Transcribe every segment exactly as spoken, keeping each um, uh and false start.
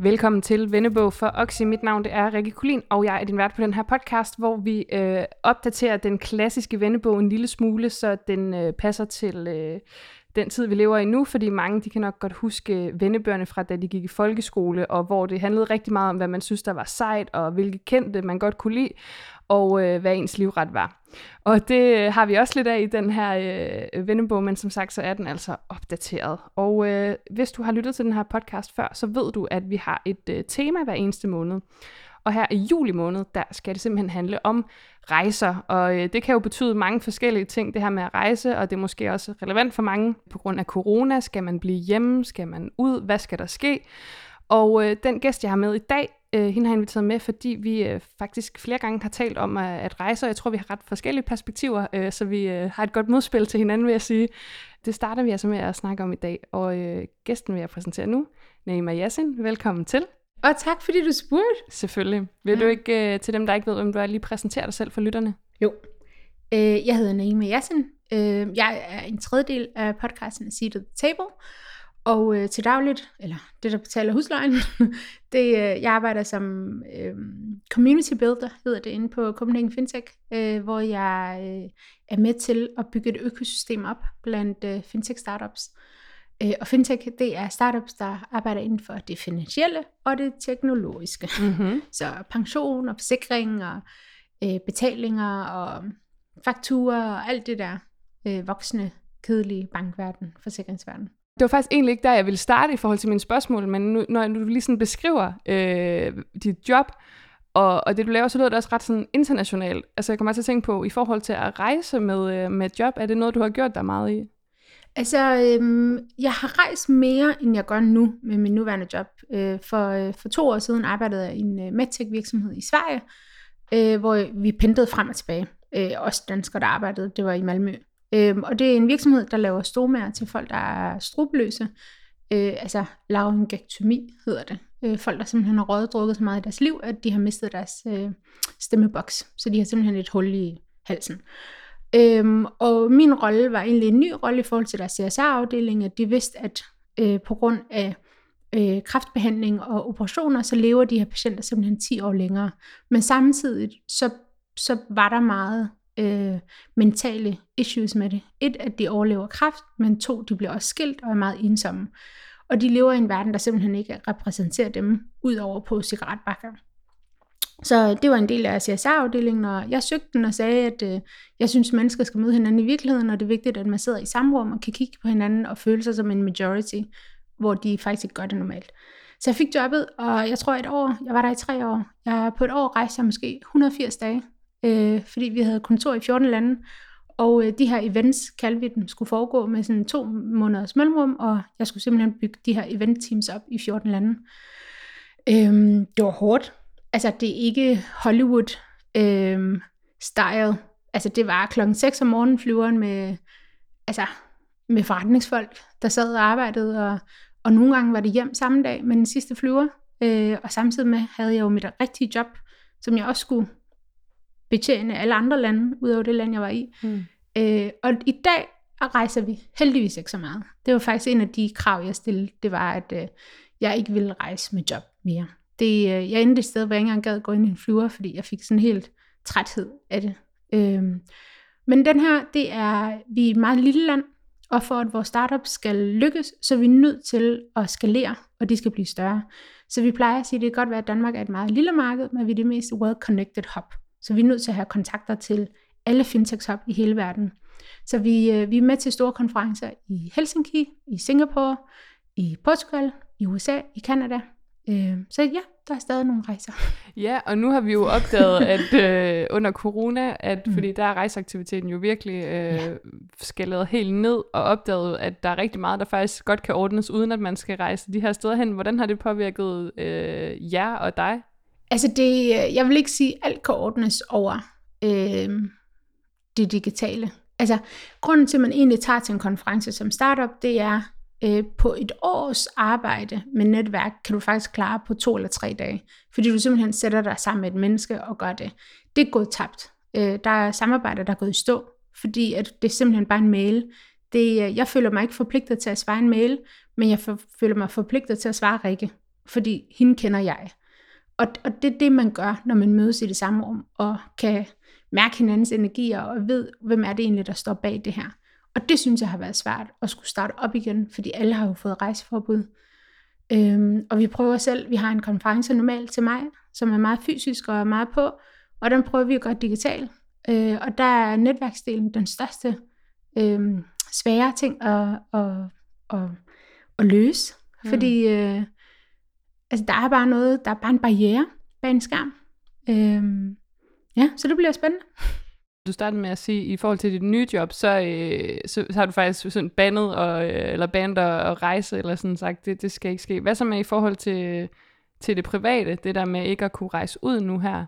Velkommen til Vennebog for Oxy. Mit navn det er Rikke Kulin, og jeg er din vært på den her podcast, hvor vi øh, opdaterer den klassiske vennebog en lille smule, så den øh, passer til øh, den tid, vi lever i nu, fordi mange de kan nok godt huske vennebøgerne fra, da de gik i folkeskole, og hvor det handlede rigtig meget om, hvad man synes, der var sejt, og hvilke kendte man godt kunne lide, og øh, hvad ens livret var. Og det har vi også lidt af i den her øh, vennebog, men som sagt, så er den altså opdateret. Og øh, hvis du har lyttet til den her podcast før, så ved du, at vi har et øh, tema hver eneste måned. Og her i juli måned, der skal det simpelthen handle om rejser. Og øh, det kan jo betyde mange forskellige ting, det her med at rejse, og det er måske også relevant for mange. På grund af corona, skal man blive hjemme, skal man ud, hvad skal der ske? Og øh, den gæst, jeg har med i dag, øh, hende har jeg inviteret med, fordi vi øh, faktisk flere gange har talt om at, at rejse, og jeg tror, vi har ret forskellige perspektiver, øh, så vi øh, har et godt modspil til hinanden, vil jeg sige. Det starter vi altså med at snakke om i dag, og øh, gæsten vil jeg præsentere nu, Naima Yassin. Velkommen til. Og tak, fordi du spurgte. Selvfølgelig. Vil ja. du ikke, øh, til dem, der ikke ved, hvem du er, lige præsentere dig selv for lytterne? Jo. Øh, jeg hedder Naima Yassin. Øh, jeg er en tredjedel af podcasten Seat at the Table. Og øh, til dagligt, eller det der betaler huslejen, det, øh, jeg arbejder som øh, community builder, hedder det, inde på Copenhagen Fintech, øh, hvor jeg øh, er med til at bygge et økosystem op blandt øh, fintech startups. Øh, og fintech, det er startups, der arbejder inden for det finansielle og det teknologiske. Mm-hmm. Så pension og forsikring og øh, betalinger og fakturer og alt det der øh, voksne, kedelige bankverden, forsikringsverden. Det var faktisk egentlig ikke der, jeg ville starte i forhold til mine spørgsmål, men nu, når du lige sådan beskriver øh, dit job, og, og det du laver, så lyder det også ret sådan internationalt. Altså jeg kommer til at tænke på, i forhold til at rejse med, øh, med et job, er det noget, du har gjort dig meget i? Altså, øhm, jeg har rejst mere, end jeg gør nu med min nuværende job. Øh, for, øh, for to år siden arbejdede jeg i en uh, medtech-virksomhed i Sverige, øh, hvor vi pendlede frem og tilbage. Øh, også danskere, der arbejdede, det var i Malmø. Øhm, og det er en virksomhed, der laver stomaer til folk, der er strubeløse. Øh, altså laryngektomi hedder det. Øh, folk, der simpelthen har røget drukket så meget i deres liv, at de har mistet deres øh, stemmeboks. Så de har simpelthen et hul i halsen. Øhm, og min rolle var egentlig en ny rolle i forhold til deres C S R-afdeling, at de vidste, at øh, på grund af øh, kræftbehandling og operationer, så lever de her patienter simpelthen ti år længere. Men samtidig så, så var der meget Øh, mentale issues med det. Et, at de overlever kræft, men to, de bliver også skilt og er meget ensomme. Og de lever i en verden, der simpelthen ikke repræsenterer dem, ud over på cigaretbakker. Så det var en del af C S R-afdelingen, og jeg søgte den og sagde, at øh, jeg synes, mennesker skal møde hinanden i virkeligheden, og det er vigtigt, at man sidder i samme rum og kan kigge på hinanden og føle sig som en majority, hvor de faktisk ikke gør det normalt. Så jeg fik jobbet, og jeg tror et år, jeg var der i tre år. Jeg på et år rejste jeg måske et hundrede og firs dage, Øh, fordi vi havde kontor i fjorten lande, og øh, de her events, kaldte vi dem, skulle foregå med sådan to måneders mellemrum, og jeg skulle simpelthen bygge de her event teams op i fjorten lande. Øh, det var hårdt. Altså, det er ikke Hollywood øh, style. Altså, det var klokken seks om morgenen flyveren med, altså, med forretningsfolk, der sad og arbejdede, og, og nogle gange var det hjem samme dag med den sidste flyver, øh, og samtidig med havde jeg jo mit rigtige job, som jeg også skulle betjene alle andre lande, udover det land, jeg var i. Mm. Øh, og i dag rejser vi heldigvis ikke så meget. Det var faktisk en af de krav, jeg stillede, det var, at øh, jeg ikke ville rejse med job mere. Det, øh, jeg endte et sted, hvor jeg ikke engang gad gå ind i en flyver, fordi jeg fik sådan helt træthed af det. Øh, men den her, det er, vi er et meget lille land, og for at vores startup skal lykkes, så er vi nødt til at skalere, og de skal blive større. Så vi plejer at sige, at det kan godt være, at Danmark er et meget lille marked, men vi er det mest well-connected hub. Så vi er nødt til at have kontakter til alle fintechs hub i hele verden. Så vi, øh, vi er med til store konferencer i Helsinki, i Singapore, i Portugal, i U S A, i Canada. Øh, så ja, der er stadig nogle rejser. Ja, og nu har vi jo opdaget, at øh, under corona, at, mm. fordi der er rejseaktiviteten jo virkelig øh, ja. skaleret helt ned, og opdaget, at der er rigtig meget, der faktisk godt kan ordnes, uden at man skal rejse de her steder hen. Hvordan har det påvirket øh, jer og dig? Altså det, jeg vil ikke sige, at alt kan ordnes over øh, det digitale. Altså grunden til, at man egentlig tager til en konference som startup, det er, øh, på et års arbejde med netværk, kan du faktisk klare på to eller tre dage. Fordi du simpelthen sætter dig sammen med et menneske og gør det. Det er gået tabt. Øh, der er samarbejder, der er gået i stå, fordi at det er simpelthen bare en mail. Det, jeg føler mig ikke forpligtet til at svare en mail, men jeg for, føler mig forpligtet til at svare Rikke. fordi hende kender jeg. Og, og det er det, man gør, når man mødes i det samme rum, og kan mærke hinandens energier, og ved, hvem er det egentlig, der står bag det her. Og det synes jeg har været svært, at skulle starte op igen, fordi alle har jo fået rejseforbud. Øhm, og vi prøver selv, vi har en konference normalt til mig, som er meget fysisk og meget på, og den prøver vi at gøre digital. Øh, og der er netværksdelen den største øh, svære ting at, at, at, at løse. Mm. Fordi øh, altså, der er bare noget, der er bare en barriere bag en skærm. Øh, ja, så det bliver spændende. Du startede med at sige, at i forhold til dit nye job, så, øh, så, så har du faktisk sådan bandet og, øh, eller band og, og rejse, eller sådan sagt, det, det skal ikke ske. Hvad så med i forhold til, til det private, det der med ikke at kunne rejse ud nu her?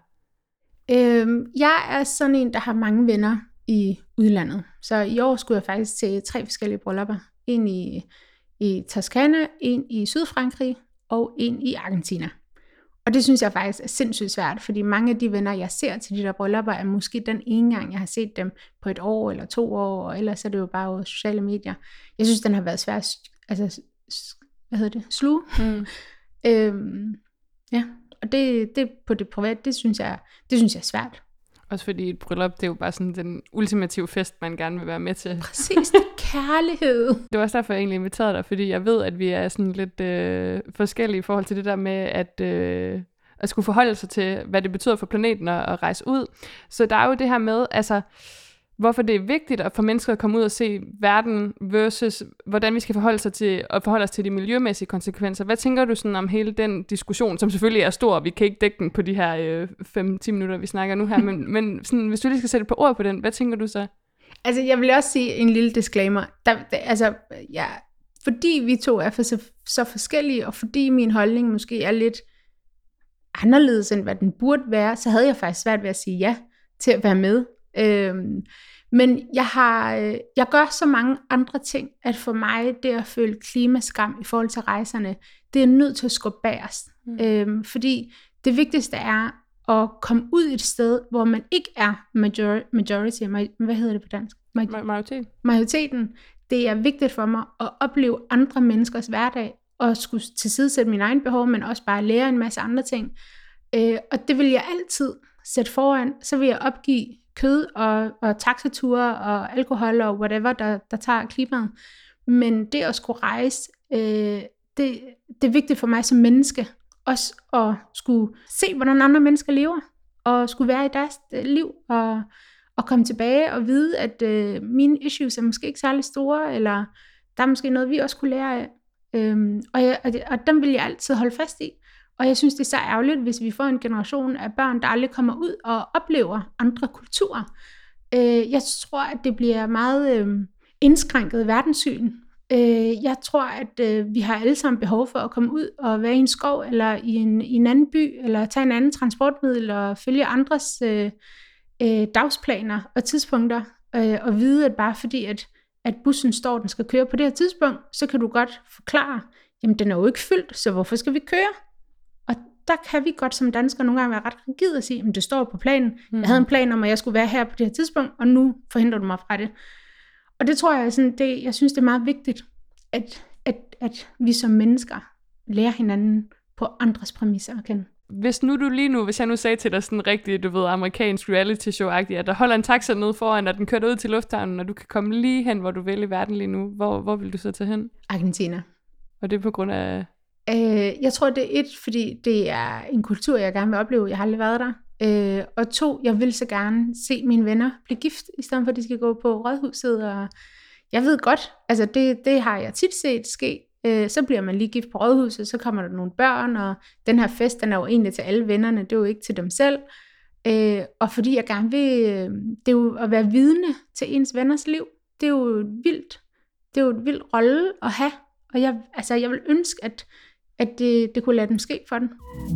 Øhm, jeg er sådan en, der har mange venner i udlandet. Så i år skulle jeg faktisk til tre forskellige bryllupper. En i, i Toscana, en i Sydfrankrig og en i Argentina. Og det synes jeg faktisk er sindssygt svært, fordi mange af de venner, jeg ser til de der bryllupper, er måske den ene gang, jeg har set dem på et år eller to år, og ellers er det jo bare over sociale medier. Jeg synes, den har været svær, altså, hvad hedder det, sluge. Mm. øhm, ja, og det, det på det private, det synes jeg, det synes jeg er svært. Også fordi et bryllup, det er jo bare sådan den ultimative fest, man gerne vil være med til. Præcis, det er kærlighed. Det var også derfor, jeg egentlig inviterede dig, fordi jeg ved, at vi er sådan lidt øh, forskellige i forhold til det der med, at, øh, at skulle forholde sig til, hvad det betyder for planeten at, at rejse ud. Så der er jo det her med, altså, hvorfor det er vigtigt at få mennesker at komme ud og se verden versus, hvordan vi skal forholde, sig til, og forholde os til de miljømæssige konsekvenser. Hvad tænker du sådan om hele den diskussion, som selvfølgelig er stor, vi kan ikke dække den på de her fem til ti minutter, vi snakker nu her, men, men sådan, hvis du lige skal sætte på ord på den, hvad tænker du så? Altså, jeg vil også sige en lille disclaimer. Der, der, altså, ja, fordi vi to er for så, så forskellige, og fordi min holdning måske er lidt anderledes, end hvad den burde være, så havde jeg faktisk svært ved at sige ja til at være med. Øhm, men jeg har, jeg gør så mange andre ting, at for mig, det at føle klimaskam i forhold til rejserne, det er nødt til at skubbe bagerst. Mm. Øhm, fordi det vigtigste er at komme ud et sted, hvor man ikke er major- majority, hvad hedder det på dansk? Major- Majoritet. Majoriteten. Det er vigtigt for mig at opleve andre menneskers hverdag, og skulle tilsidesætte mine egne behov, men også bare lære en masse andre ting. Øh, og det vil jeg altid sætte foran. Så vil jeg opgive kød og, og taxature og alkohol og whatever, der, der tager klimaet. Men det at skulle rejse, øh, det, det er vigtigt for mig som menneske. Også at skulle se, hvordan andre mennesker lever, og skulle være i deres liv, og, og komme tilbage og vide, at øh, mine issues er måske ikke særlig store, eller der er måske noget, vi også kunne lære af. Øhm, og, jeg, og, det, og dem vil jeg altid holde fast i. Og jeg synes, det er så ærgerligt, hvis vi får en generation af børn, der aldrig kommer ud og oplever andre kulturer. Øh, jeg tror, at det bliver meget øh, indskrænket verdenssyn. Øh, jeg tror, at øh, vi har alle sammen behov for at komme ud og være i en skov, eller i en, i en anden by, eller tage en anden transportmiddel, og følge andres øh, øh, dagsplaner og tidspunkter, øh, og vide, at bare fordi, at, at bussen står, den skal køre på det her tidspunkt, så kan du godt forklare, jamen den er jo ikke fyldt, så hvorfor skal vi køre? Og der kan vi godt som danskere nogle gange være ret rigide og sige, jamen det står på planen. Mm. Jeg havde en plan om, at jeg skulle være her på det her tidspunkt, og nu forhindrer du mig fra det. Og det tror jeg, sådan, det, jeg synes, det er meget vigtigt, at, at, at vi som mennesker lærer hinanden på andres præmisser at kende. Hvis nu du lige nu, hvis jeg nu sagde til dig sådan rigtig, du ved, amerikansk reality show-agtigt, at der holder en taxa nede foran, og den kører ud til lufthavnen, og du kan komme lige hen, hvor du vil i verden lige nu, hvor, hvor vil du så tage hen? Argentina. Og det er på grund af... Øh, jeg tror, det er et, fordi det er en kultur, jeg gerne vil opleve. Jeg har aldrig været der. Øh, og to, jeg vil så gerne se mine venner blive gift, i stedet for at de skal gå på rådhuset. Og jeg ved godt, altså det, det har jeg tit set ske. Øh, så bliver man lige gift på rådhuset, så kommer der nogle børn, og den her fest, den er jo egentlig til alle vennerne, det er jo ikke til dem selv. Øh, og fordi jeg gerne vil, det er jo at være vidne til ens venners liv, det er jo vildt. Det er jo et vildt rolle at have. Og jeg, altså, jeg vil ønske, at at det, det kunne lade dem ske for den.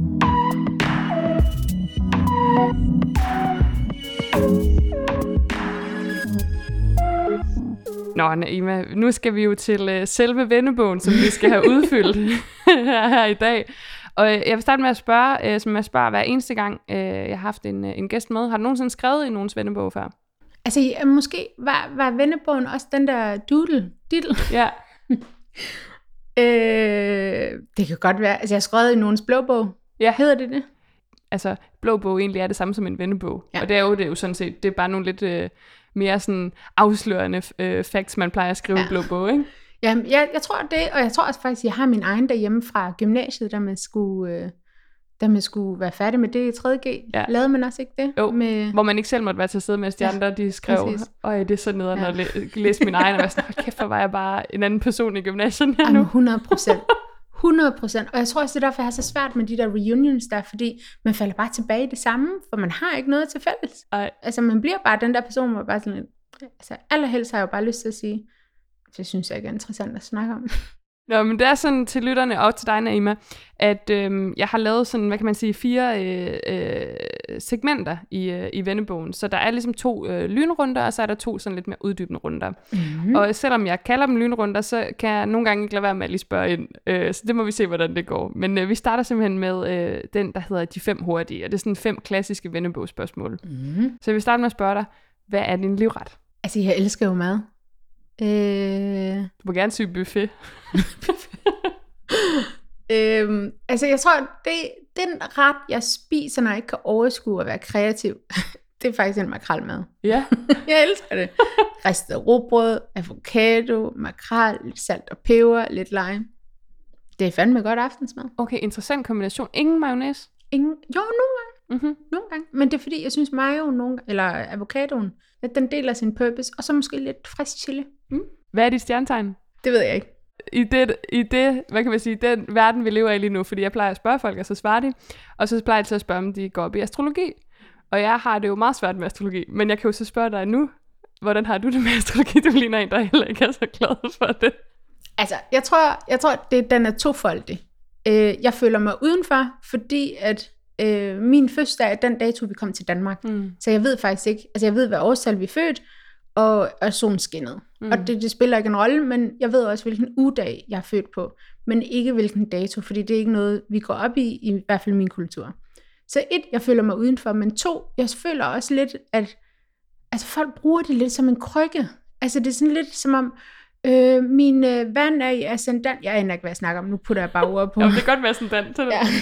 Nå, Naima, nu skal vi jo til uh, selve vennebogen, som vi skal have udfyldt her, her i dag. Og jeg vil starte med at spørge, uh, som jeg spørger hver eneste gang, uh, jeg har haft en, uh, en gæst med. Har du nogensinde skrevet i nogens vennebog før? Altså, ja, måske var, var vennebogen også den der doodle, diddle. Ja. Øh, det kan godt være. Altså, jeg har skrevet i nogens blå bog. Ja. Hedder det det? Altså, blå bog egentlig er det samme som en vennebog. Ja. Og det er jo det er jo sådan set, det er bare nogle lidt øh, mere sådan afslørende øh, facts, man plejer at skrive ja. i blå bog, ikke? Jamen, jeg, jeg tror det, og jeg tror også faktisk, jeg har min egen derhjemme fra gymnasiet, der man skulle, øh, der man skulle være færdig med det i tredje G. Ja. Lavede man også ikke det? Jo, med... hvor man ikke selv måtte være til stede, mens de ja, andre, de skrev, øj, det er så nederen ja. at læ- læse min egen, og jeg sådan, hold kæft, hvor var jeg bare en anden person i gymnasiet her nu. hundrede procent. hundrede procent. Og jeg tror også, det er derfor, jeg har så svært med de der reunions der, fordi man falder bare tilbage i det samme, for man har ikke noget til fælles. Ej. Altså, man bliver bare den der person, hvor bare sådan, altså, allerhelst har jeg jo bare lyst til at sige, det synes jeg ikke er interessant at snakke om. Nå, men det er sådan til lytterne og til dig, Naima, at øhm, jeg har lavet sådan, hvad kan man sige, fire øh, øh, segmenter i, øh, i vennebogen. Så der er ligesom to øh, lynrunder, og så er der to sådan lidt mere uddybende runder. Mm-hmm. Og selvom jeg kalder dem lynrunder, så kan jeg nogle gange ikke lade være med at lige spørge ind. Øh, så det må vi se, hvordan det går. Men øh, vi starter simpelthen med øh, den, der hedder De fem hurtige. Og det er sådan fem klassiske vennebogsspørgsmål. Mm-hmm. Så jeg vil starte med at spørge dig, hvad er din livret? Altså, jeg elsker jo mad. Øh... Du må gerne sige buffet. øhm, altså jeg tror, det, den ret, jeg spiser, når jeg ikke kan overskue at være kreativ, det er faktisk en makrelmad. Ja. Jeg elsker det. Ristet rugbrød, avocado, makrel, lidt salt og peber, lidt lime. Det er fandme godt aftensmad. Okay, interessant kombination. Ingen mayonnaise? Ingen, jo, nogle gange. Mm-hmm. Nogle gange. Men det er fordi, jeg synes mayo, nogle, eller avocadoen, at den deler sin purpose, og så måske lidt frisk chili. Mm. Hvad er dit stjernetegn? Det ved jeg ikke. I det, i det, hvad kan man sige, den verden, vi lever i lige nu, fordi jeg plejer at spørge folk, og så svarer de, og så plejer jeg til at spørge, om de går op i astrologi. Og jeg har det jo meget svært med astrologi, men jeg kan jo så spørge dig nu, hvordan har du det med astrologi? Du ligner en, der heller ikke er så glad for det. Altså, jeg tror, jeg tror det, den er tofoldig. Øh, jeg føler mig udenfor, fordi at øh, min fødselsdag er den dato, vi kom til Danmark. Mm. Så jeg ved faktisk ikke, altså jeg ved, hvad årstal vi er født, og, og solen skinnede. Mm. Og det, det spiller ikke en rolle, men jeg ved også, hvilken ugedag jeg er født på, men ikke hvilken dato, fordi det er ikke noget, vi går op i, i hvert fald min kultur. Så et, jeg føler mig udenfor, men to, jeg føler også lidt, at altså, folk bruger det lidt som en krykke. Altså det er sådan lidt som om, øh, min øh, vand er i ascendant. Jeg aner ikke, hvad jeg snakker om, nu putter jeg bare ord på. Ja, det er godt med ascendant til det. Ja.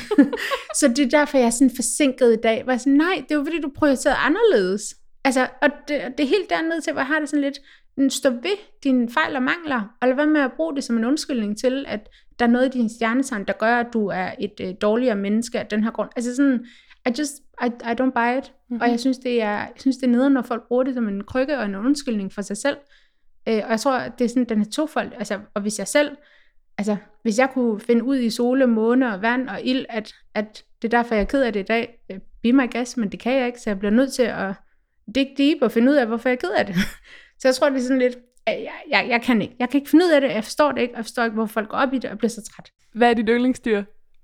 Så det er derfor, jeg er sådan forsinket i dag. Var sådan, nej, det er jo fordi, du prioriterede anderledes. Altså, og det, det er helt dernede til, hvor jeg har det sådan lidt, stå ved dine fejl og mangler, og lad være med at bruge det som en undskyldning til, at der er noget i din stjernetegn, der gør, at du er et øh, dårligere menneske af den her grund. Altså sådan, I just, I, I don't buy it. Mm-hmm. Og jeg synes, det er, jeg synes, det er nederen, når folk bruger det som en krykke og en undskyldning for sig selv. Øh, og jeg tror, det er sådan, den er tofold. Altså, og hvis jeg selv, altså, hvis jeg kunne finde ud i sole, måne og vand og ild, at, at det er derfor, jeg er ked af det i dag, be my guest, men det kan jeg ikke, så jeg bliver nødt til at dig deep og finde ud af, hvorfor jeg er ked af det. Så jeg tror, det er sådan lidt, jeg, jeg, jeg kan ikke. Jeg kan ikke finde ud af det, jeg forstår det ikke, og jeg forstår ikke, hvorfor folk går op i det og bliver så træt. Hvad er dit yndlingsdyr?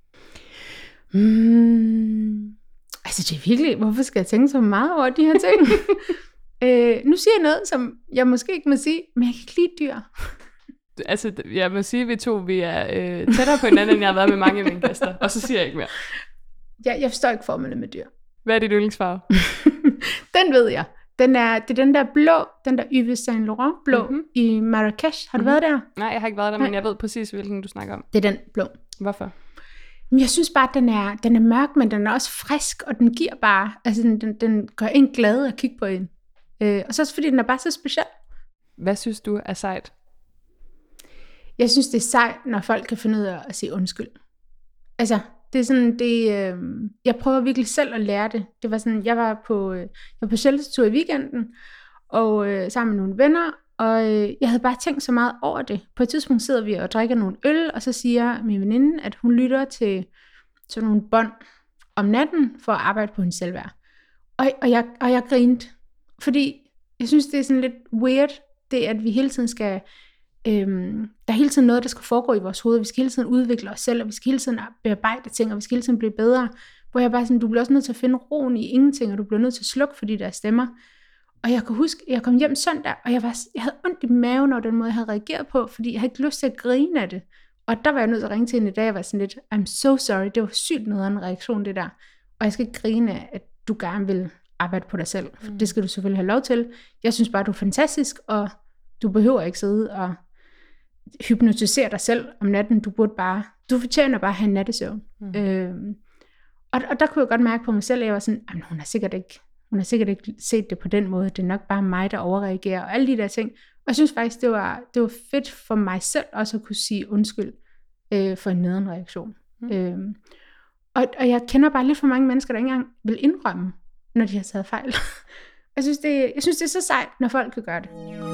Mm, altså det er virkelig, hvorfor skal jeg tænke så meget over de her ting? øh, nu siger jeg noget, som jeg måske ikke må sige, men jeg kan ikke lide dyr. Altså, jeg må sige, at vi to vi er øh, tættere på hinanden, end jeg har været med mange af mine gæster, og så siger jeg ikke mere. Jeg, jeg forstår ikke formålet med dyr. Hvad er dit yndlingsfarve? Den ved jeg. Den er, det er den der blå, den der Yves Saint Laurent blå mm-hmm. i Marrakesh. Har du mm-hmm. været der? Nej, jeg har ikke været der, Nej. men jeg ved præcis, hvilken du snakker om. Det er den blå. Hvorfor? Men jeg synes bare, at den er, den er mørk, men den er også frisk, og den giver bare, altså den, den, den gør en glad at kigge på en. Øh, og så også fordi den er bare så speciel. Hvad synes du er sejt? Jeg synes, det er sejt, når folk kan finde ud af at sige undskyld. Altså, det er sådan, det, øh, jeg prøver virkelig selv at lære det. Det var sådan, jeg var på, øh, jeg var på sheltertur i weekenden, og øh, sammen med nogle venner, og øh, jeg havde bare tænkt så meget over det. På et tidspunkt sidder vi og drikker nogle øl, og så siger min veninde, at hun lytter til, til nogle bånd om natten, for at arbejde på hendes selvværd. Og, og, jeg, og jeg grinte, fordi jeg synes, det er sådan lidt weird, det at vi hele tiden skal, øhm, der er hele tiden noget, der skal foregå i vores hoved, vi skal hele tiden udvikle os selv, og vi skal hele tiden bearbejde ting, og vi skal hele tiden blive bedre, hvor jeg bare sådan, du bliver også nødt til at finde roen i ingenting, og du bliver nødt til at slukke for de der stemmer. Og jeg kan huske, jeg kom hjem søndag, og jeg, var, jeg havde ondt i maven over den måde, jeg havde reageret på, fordi jeg havde ikke lyst til at grine af det. Og der var jeg nødt til at ringe til hende i dag, og var sådan lidt, I'm so sorry, det var sygt nederen reaktion, det der. Og jeg skal ikke grine af, at du gerne vil arbejde på dig selv. For mm. det skal du selvfølgelig have lov til. Jeg synes bare, du er fantastisk, og du behøver ikke sidde og hypnotisere dig selv om natten. Du burde bare, du fortjener bare at have en nattesøvn. Mm. Øhm, og, og der kunne jeg godt mærke på mig selv, at jeg var sådan, hun har sikkert ikke, hun har sikkert ikke set det på den måde. Det er nok bare mig, der overreagerer, og alle de der ting. Og jeg synes faktisk, det var, det var fedt for mig selv også at kunne sige undskyld øh, for en nederen reaktion. Mm. Øhm, og, og jeg kender bare lidt for mange mennesker, der ikke engang vil indrømme, når de har taget fejl. jeg, synes, det, jeg synes, det er så sejt, når folk kan gøre det.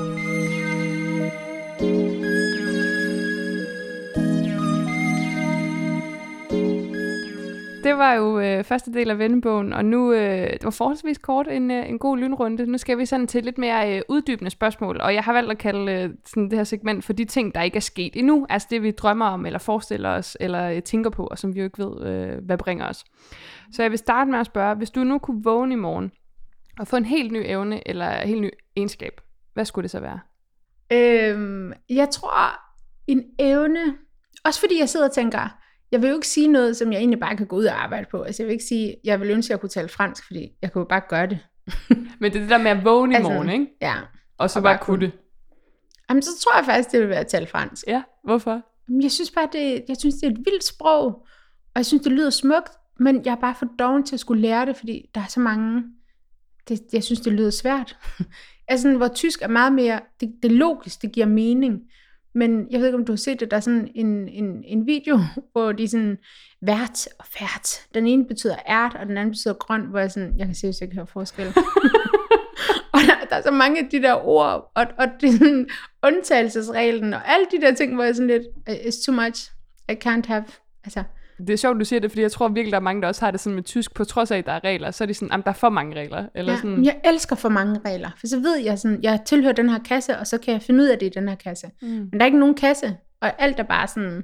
Det var jo øh, første del af vennebogen, og nu øh, det var forholdsvis kort en, øh, en god lynrunde. Nu skal vi sådan til lidt mere øh, uddybende spørgsmål, og jeg har valgt at kalde øh, sådan det her segment for de ting, der ikke er sket endnu. Altså det, vi drømmer om, eller forestiller os, eller øh, tænker på, og som vi jo ikke ved, øh, hvad bringer os. Så jeg vil starte med at spørge, hvis du nu kunne vågne i morgen, og få en helt ny evne, eller en helt ny egenskab, hvad skulle det så være? Øhm, jeg tror, en evne, også fordi jeg sidder og tænker, jeg vil jo ikke sige noget, som jeg egentlig bare kan gå ud og arbejde på. Altså jeg vil ikke sige, jeg vil ønske, at jeg kunne tale fransk, fordi jeg kunne jo bare gøre det. Men det er det der med at vågne altså, i morgen, ikke? Ja. Og så og bare kunne det. Jamen så tror jeg faktisk, det vil være at tale fransk. Ja, hvorfor? Jeg synes bare, det, jeg synes, det er et vildt sprog, og jeg synes, det lyder smukt, men jeg er bare for doven til at skulle lære det, fordi der er så mange, det, jeg synes, det lyder svært. Altså hvor tysk er meget mere, det, det er logisk, det giver mening. Men jeg ved ikke, om du har set det, der er sådan en, en, en video, hvor de er sådan, vært og fært. Den ene betyder ært, og den anden betyder grøn, hvor jeg sådan, jeg kan seriøst ikke høre forskel. og der, der er så mange af de der ord, og, og det er sådan undtagelsesreglen, og alle de der ting, hvor jeg sådan lidt, it's too much, I can't have, altså. Det er sjovt, du siger det, fordi jeg tror virkelig, der er mange, der også har det sådan med tysk, på trods af, at der er regler, så er de sådan, der er for mange regler. Eller ja, sådan. Jeg elsker for mange regler, for så ved jeg sådan, jeg tilhører den her kasse, og så kan jeg finde ud af det i den her kasse. Mm. Men der er ikke nogen kasse, og alt er bare sådan,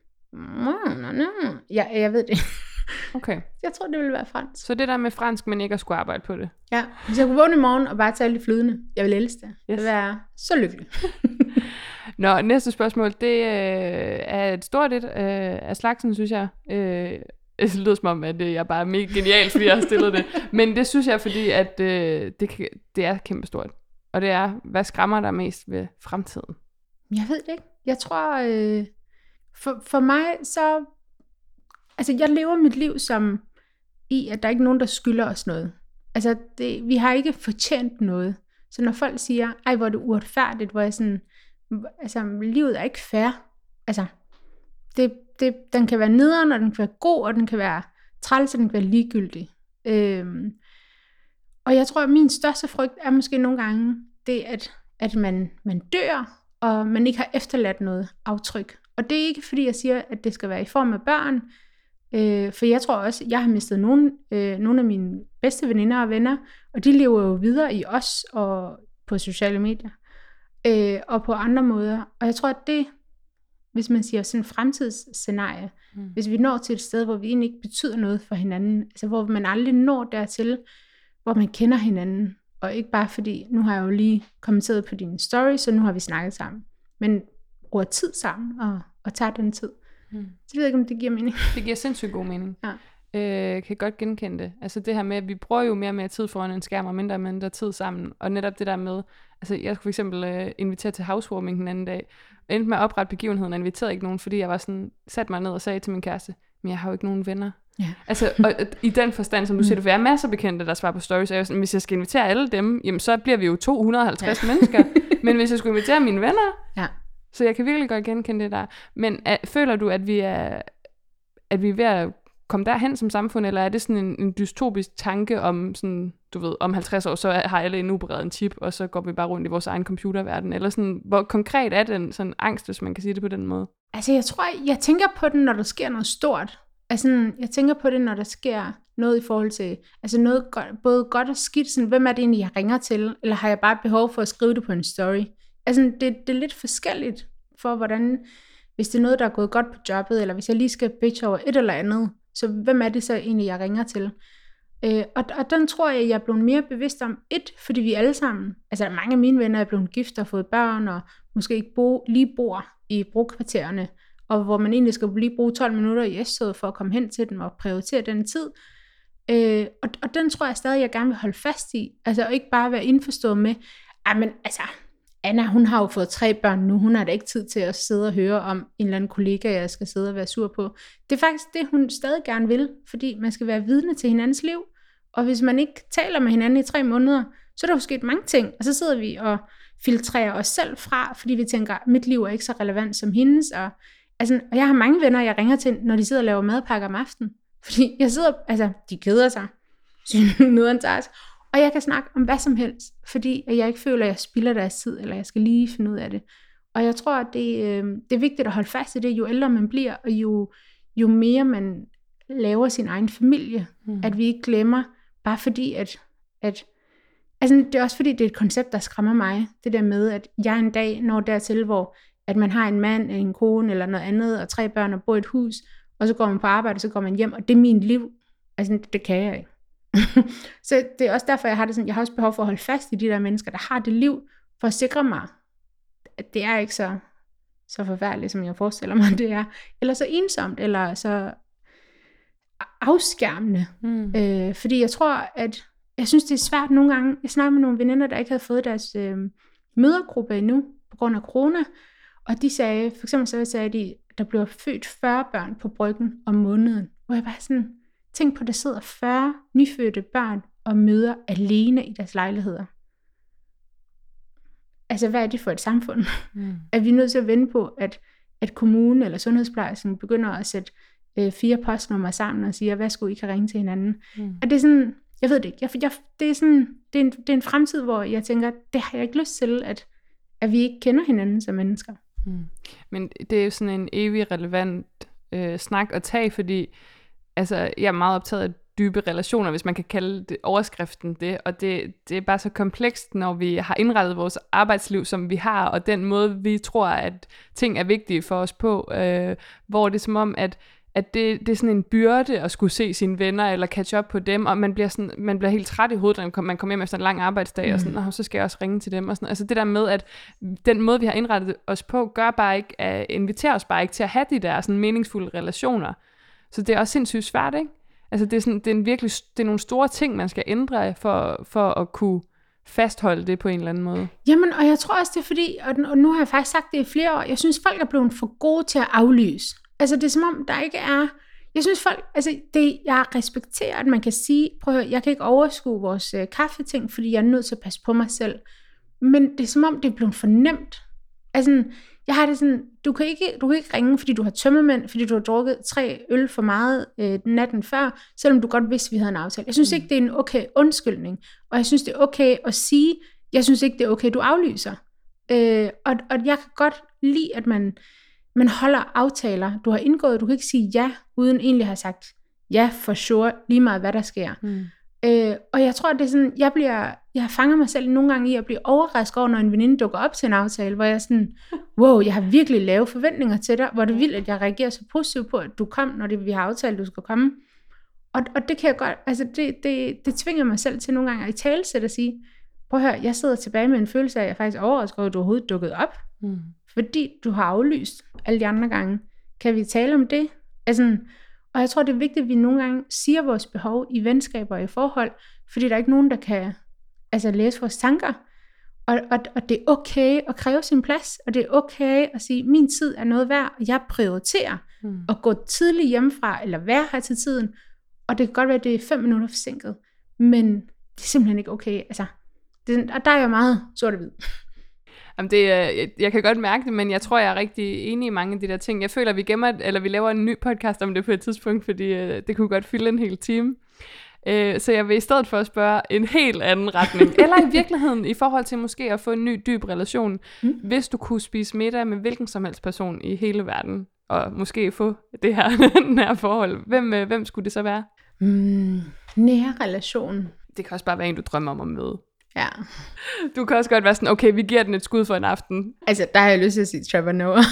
ja, jeg ved det. Okay. Jeg tror, det ville være fransk. Så det der med fransk, men ikke at skulle arbejde på det. Ja, hvis jeg kunne vågne i morgen og bare tale det flydende, jeg ville elske det. Yes. Det ville være så lykkeligt. Nå, næste spørgsmål, det øh, er et stort et øh, af slagsen, synes jeg. Øh, det lyder som om, at øh, jeg bare er mega genial, fordi jeg har stillet det. Men det synes jeg, fordi at øh, det, det er kæmpestort. Og det er, hvad skræmmer dig mest ved fremtiden? Jeg ved det ikke. Jeg tror, øh, for, for mig så, altså jeg lever mit liv som i, at der er ikke nogen, der skylder os noget. Altså det, vi har ikke fortjent noget. Så når folk siger, ej hvor er det uretfærdigt, hvor jeg sådan, altså livet er ikke fair. Altså det, det, den kan være nederen, og den kan være god, og den kan være træls, og den kan være ligegyldig. Øhm, og jeg tror, at min største frygt er måske nogle gange det, at, at man, man dør, og man ikke har efterladt noget aftryk. Og det er ikke fordi, jeg siger, at det skal være i form af børn, øh, for jeg tror også, at jeg har mistet nogle, øh, nogle af mine bedste veninder og venner, og de lever jo videre i os og på sociale medier. Øh, og på andre måder. Og jeg tror, at det, hvis man siger sådan en fremtidsscenarie, mm. hvis vi når til et sted, hvor vi egentlig ikke betyder noget for hinanden, altså hvor man aldrig når dertil, hvor man kender hinanden, og ikke bare fordi, nu har jeg jo lige kommenteret på dine stories, så nu har vi snakket sammen, men bruger tid sammen, og, og tager den tid. Mm. Så ved jeg ikke, om det giver mening. Det giver sindssygt god mening. Ja. Øh, kan godt genkende det. Altså det her med, at vi bruger jo mere og mere tid foran en skærm, og mindre og mindre tid sammen. Og netop det der med, altså jeg skulle for eksempel øh, invitere til housewarming den anden dag, og endte med at oprette begivenheden, og inviterede ikke nogen, fordi jeg var sådan, satte mig ned og sagde til min kæreste, men jeg har jo ikke nogen venner. Ja. Altså og, og, i den forstand, som du mm. siger, der er masser af bekendte, der svarer på stories, og jeg sådan, hvis jeg skal invitere alle dem, jamen så bliver vi jo to hundrede og halvtreds ja. mennesker. Men hvis jeg skulle invitere mine venner, ja. så jeg kan virkelig godt genkende det der. Men er, føler du, at vi er, at vi er ved at komme derhen som samfund, eller er det sådan en, en dystopisk tanke om sådan, du ved, om halvtreds år, så har alle en uberedt en chip, og så går vi bare rundt i vores egen computerverden, eller sådan, hvor konkret er den sådan angst, hvis man kan sige det på den måde? Altså jeg tror, jeg tænker på den, når der sker noget stort. Altså jeg tænker på det, når der sker noget i forhold til, altså noget godt, både godt og skidt, sådan, hvem er det egentlig, jeg ringer til, eller har jeg bare behov for at skrive det på en story? Altså det, det er lidt forskelligt for, hvordan, hvis det er noget, der er gået godt på jobbet, eller hvis jeg lige skal bitch over et eller andet, så hvem er det så egentlig, jeg ringer til? Øh, og, og den tror jeg, jeg er blevet mere bevidst om. Et, fordi vi alle sammen, altså mange af mine venner er blevet gift og fået børn, og måske ikke bo, lige bor i brokvartererne, og hvor man egentlig skal lige bruge tolv minutter i S-toget for at komme hen til dem og prioritere den tid. Øh, og, og den tror jeg stadig, jeg gerne vil holde fast i. Altså ikke bare være indforstået med, men altså, Anna, hun har jo fået tre børn nu, hun har da ikke tid til at sidde og høre om en eller anden kollega, jeg skal sidde og være sur på. Det er faktisk det, hun stadig gerne vil, fordi man skal være vidne til hinandens liv, og hvis man ikke taler med hinanden i tre måneder, så er der jo sket mange ting, og så sidder vi og filtrerer os selv fra, fordi vi tænker, mit liv er ikke så relevant som hendes, og, altså, og jeg har mange venner, jeg ringer til, når de sidder og laver madpakker om aftenen, fordi jeg sidder, altså, de keder sig, noget task, og jeg kan snakke om hvad som helst, fordi jeg ikke føler, at jeg spilder deres tid, eller jeg skal lige finde ud af det. Og jeg tror, at det, øh, det er vigtigt at holde fast i det, jo ældre man bliver, og jo, jo mere man laver sin egen familie, mm. at vi ikke glemmer, bare fordi, at, at altså, det er også fordi, det er et koncept, der skræmmer mig, det der med, at jeg en dag når dertil, hvor at man har en mand, en kone, eller noget andet, og tre børn, og bor i et hus, og så går man på arbejde, og så går man hjem, og det er min liv. Altså, det kan jeg ikke. Så det er også derfor, jeg har det sådan, jeg har også behov for at holde fast i de der mennesker, der har det liv, for at sikre mig, at det er ikke så, så forfærdeligt, som jeg forestiller mig, det er, eller så ensomt, eller så afskærmende. Mm. Øh, fordi jeg tror, at jeg synes, det er svært nogle gange. Jeg snakker med nogle veninder, der ikke havde fået deres øh, mødergruppe endnu, på grund af corona, og de sagde, for eksempel så sagde de, der bliver født fyrre børn på Bryggen om måneden, hvor jeg bare sådan, tænk på, at der sidder fyrre nyfødte børn og møder alene i deres lejligheder. Altså, hvad er det for et samfund? Mm. Er vi nødt til at vente på, at, at kommunen eller sundhedsplejersken begynder at sætte øh, fire postnumre sammen og siger, hvad skulle I kan ringe til hinanden? Mm. Og det er sådan, jeg ved det ikke, jeg, jeg, det, er sådan, det, er en, det er en fremtid, hvor jeg tænker, det har jeg ikke lyst til, at, at vi ikke kender hinanden som mennesker. Mm. Men det er jo sådan en evig relevant øh, snak at tage, fordi altså, jeg er meget optaget af dybe relationer, hvis man kan kalde det overskriften det, og det, det er bare så komplekst, når vi har indrettet vores arbejdsliv, som vi har, og den måde, vi tror, at ting er vigtige for os på, øh, hvor det er som om, at, at det, det er sådan en byrde at skulle se sine venner, eller catch up på dem, og man bliver, sådan, man bliver helt træt i hovedet, når man kommer hjem efter en lang arbejdsdag, mm. og sådan, og så skal jeg også ringe til dem, og sådan. Altså det der med, at den måde, vi har indrettet os på, gør bare ikke, at inviterer os bare ikke til at have de der sådan meningsfulde relationer. Så det er også sindssygt svært, ikke? Altså det er, sådan, det er, en virkelig, det er nogle store ting, man skal ændre for, for at kunne fastholde det på en eller anden måde. Jamen, og jeg tror også, det er fordi, og nu har jeg faktisk sagt det i flere år, jeg synes, folk er blevet for gode til at aflyse. Altså det er som om, der ikke er, jeg synes folk, altså det, jeg respekterer, at man kan sige, prøv at høre, jeg kan ikke overskue vores øh, kaffeting, fordi jeg er nødt til at passe på mig selv. Men det er som om, det er blevet for nemt. Altså, jeg har det sådan, du kan ikke, du kan ikke ringe, fordi du har tømmermænd, fordi du har drukket tre øl for meget øh, natten før, selvom du godt vidste, vi havde en aftale. Jeg synes ikke, det er en okay undskyldning, og jeg synes, det er okay at sige, jeg synes ikke, det er okay, du aflyser. Øh, og, og jeg kan godt lide, at man, man holder aftaler, du har indgået, du kan ikke sige ja, uden egentlig at have sagt ja for sure, lige meget hvad der sker. Mm. Øh, og jeg tror, det er sådan, jeg bliver, jeg fanger mig selv nogle gange i at blive overrasket over, når en veninde dukker op til en aftale, hvor jeg er sådan, wow, jeg har virkelig lave forventninger til dig, hvor det er vildt, at jeg reagerer så positivt på, at du kom, når det, vi har aftalt, du skal komme. Og, og det kan jeg godt, altså det, det, det tvinger mig selv til nogle gange at i talesætte og sige, prøv at høre, jeg sidder tilbage med en følelse af, at jeg faktisk er overrasket over, at du overhovedet dukket op, mm. fordi du har aflyst alle de andre gange. Kan vi tale om det? Altså, og jeg tror, det er vigtigt, at vi nogle gange siger vores behov i venskaber og i forhold, fordi der er ikke nogen, der kan altså, læse vores tanker. Og, og, og det er okay at kræve sin plads, og det er okay at sige, min tid er noget værd, og jeg prioriterer mm. at gå tidligt hjemmefra, eller være her til tiden. Og det kan godt være, at det er fem minutter forsinket, men det er simpelthen ikke okay. Altså, det, og der er jeg meget sort og hvid. Jamen det, jeg, jeg kan godt mærke det, men jeg tror, jeg er rigtig enig i mange af de der ting. Jeg føler, at vi gemmer, eller vi laver en ny podcast om det på et tidspunkt, fordi øh, det kunne godt fylde en hel time. Øh, så jeg vil i stedet for at spørge en helt anden retning. Eller i virkeligheden, i forhold til måske at få en ny, dyb relation. Mm. Hvis du kunne spise middag med hvilken som helst person i hele verden, og måske få det her nære forhold, hvem, øh, hvem skulle det så være? Mm, nære relation. Det kan også bare være en, du drømmer om at møde. Ja. Du kan også godt være sådan, okay, vi giver den et skud for en aften. Altså, der har jeg lyst til at sige Trevor Noah.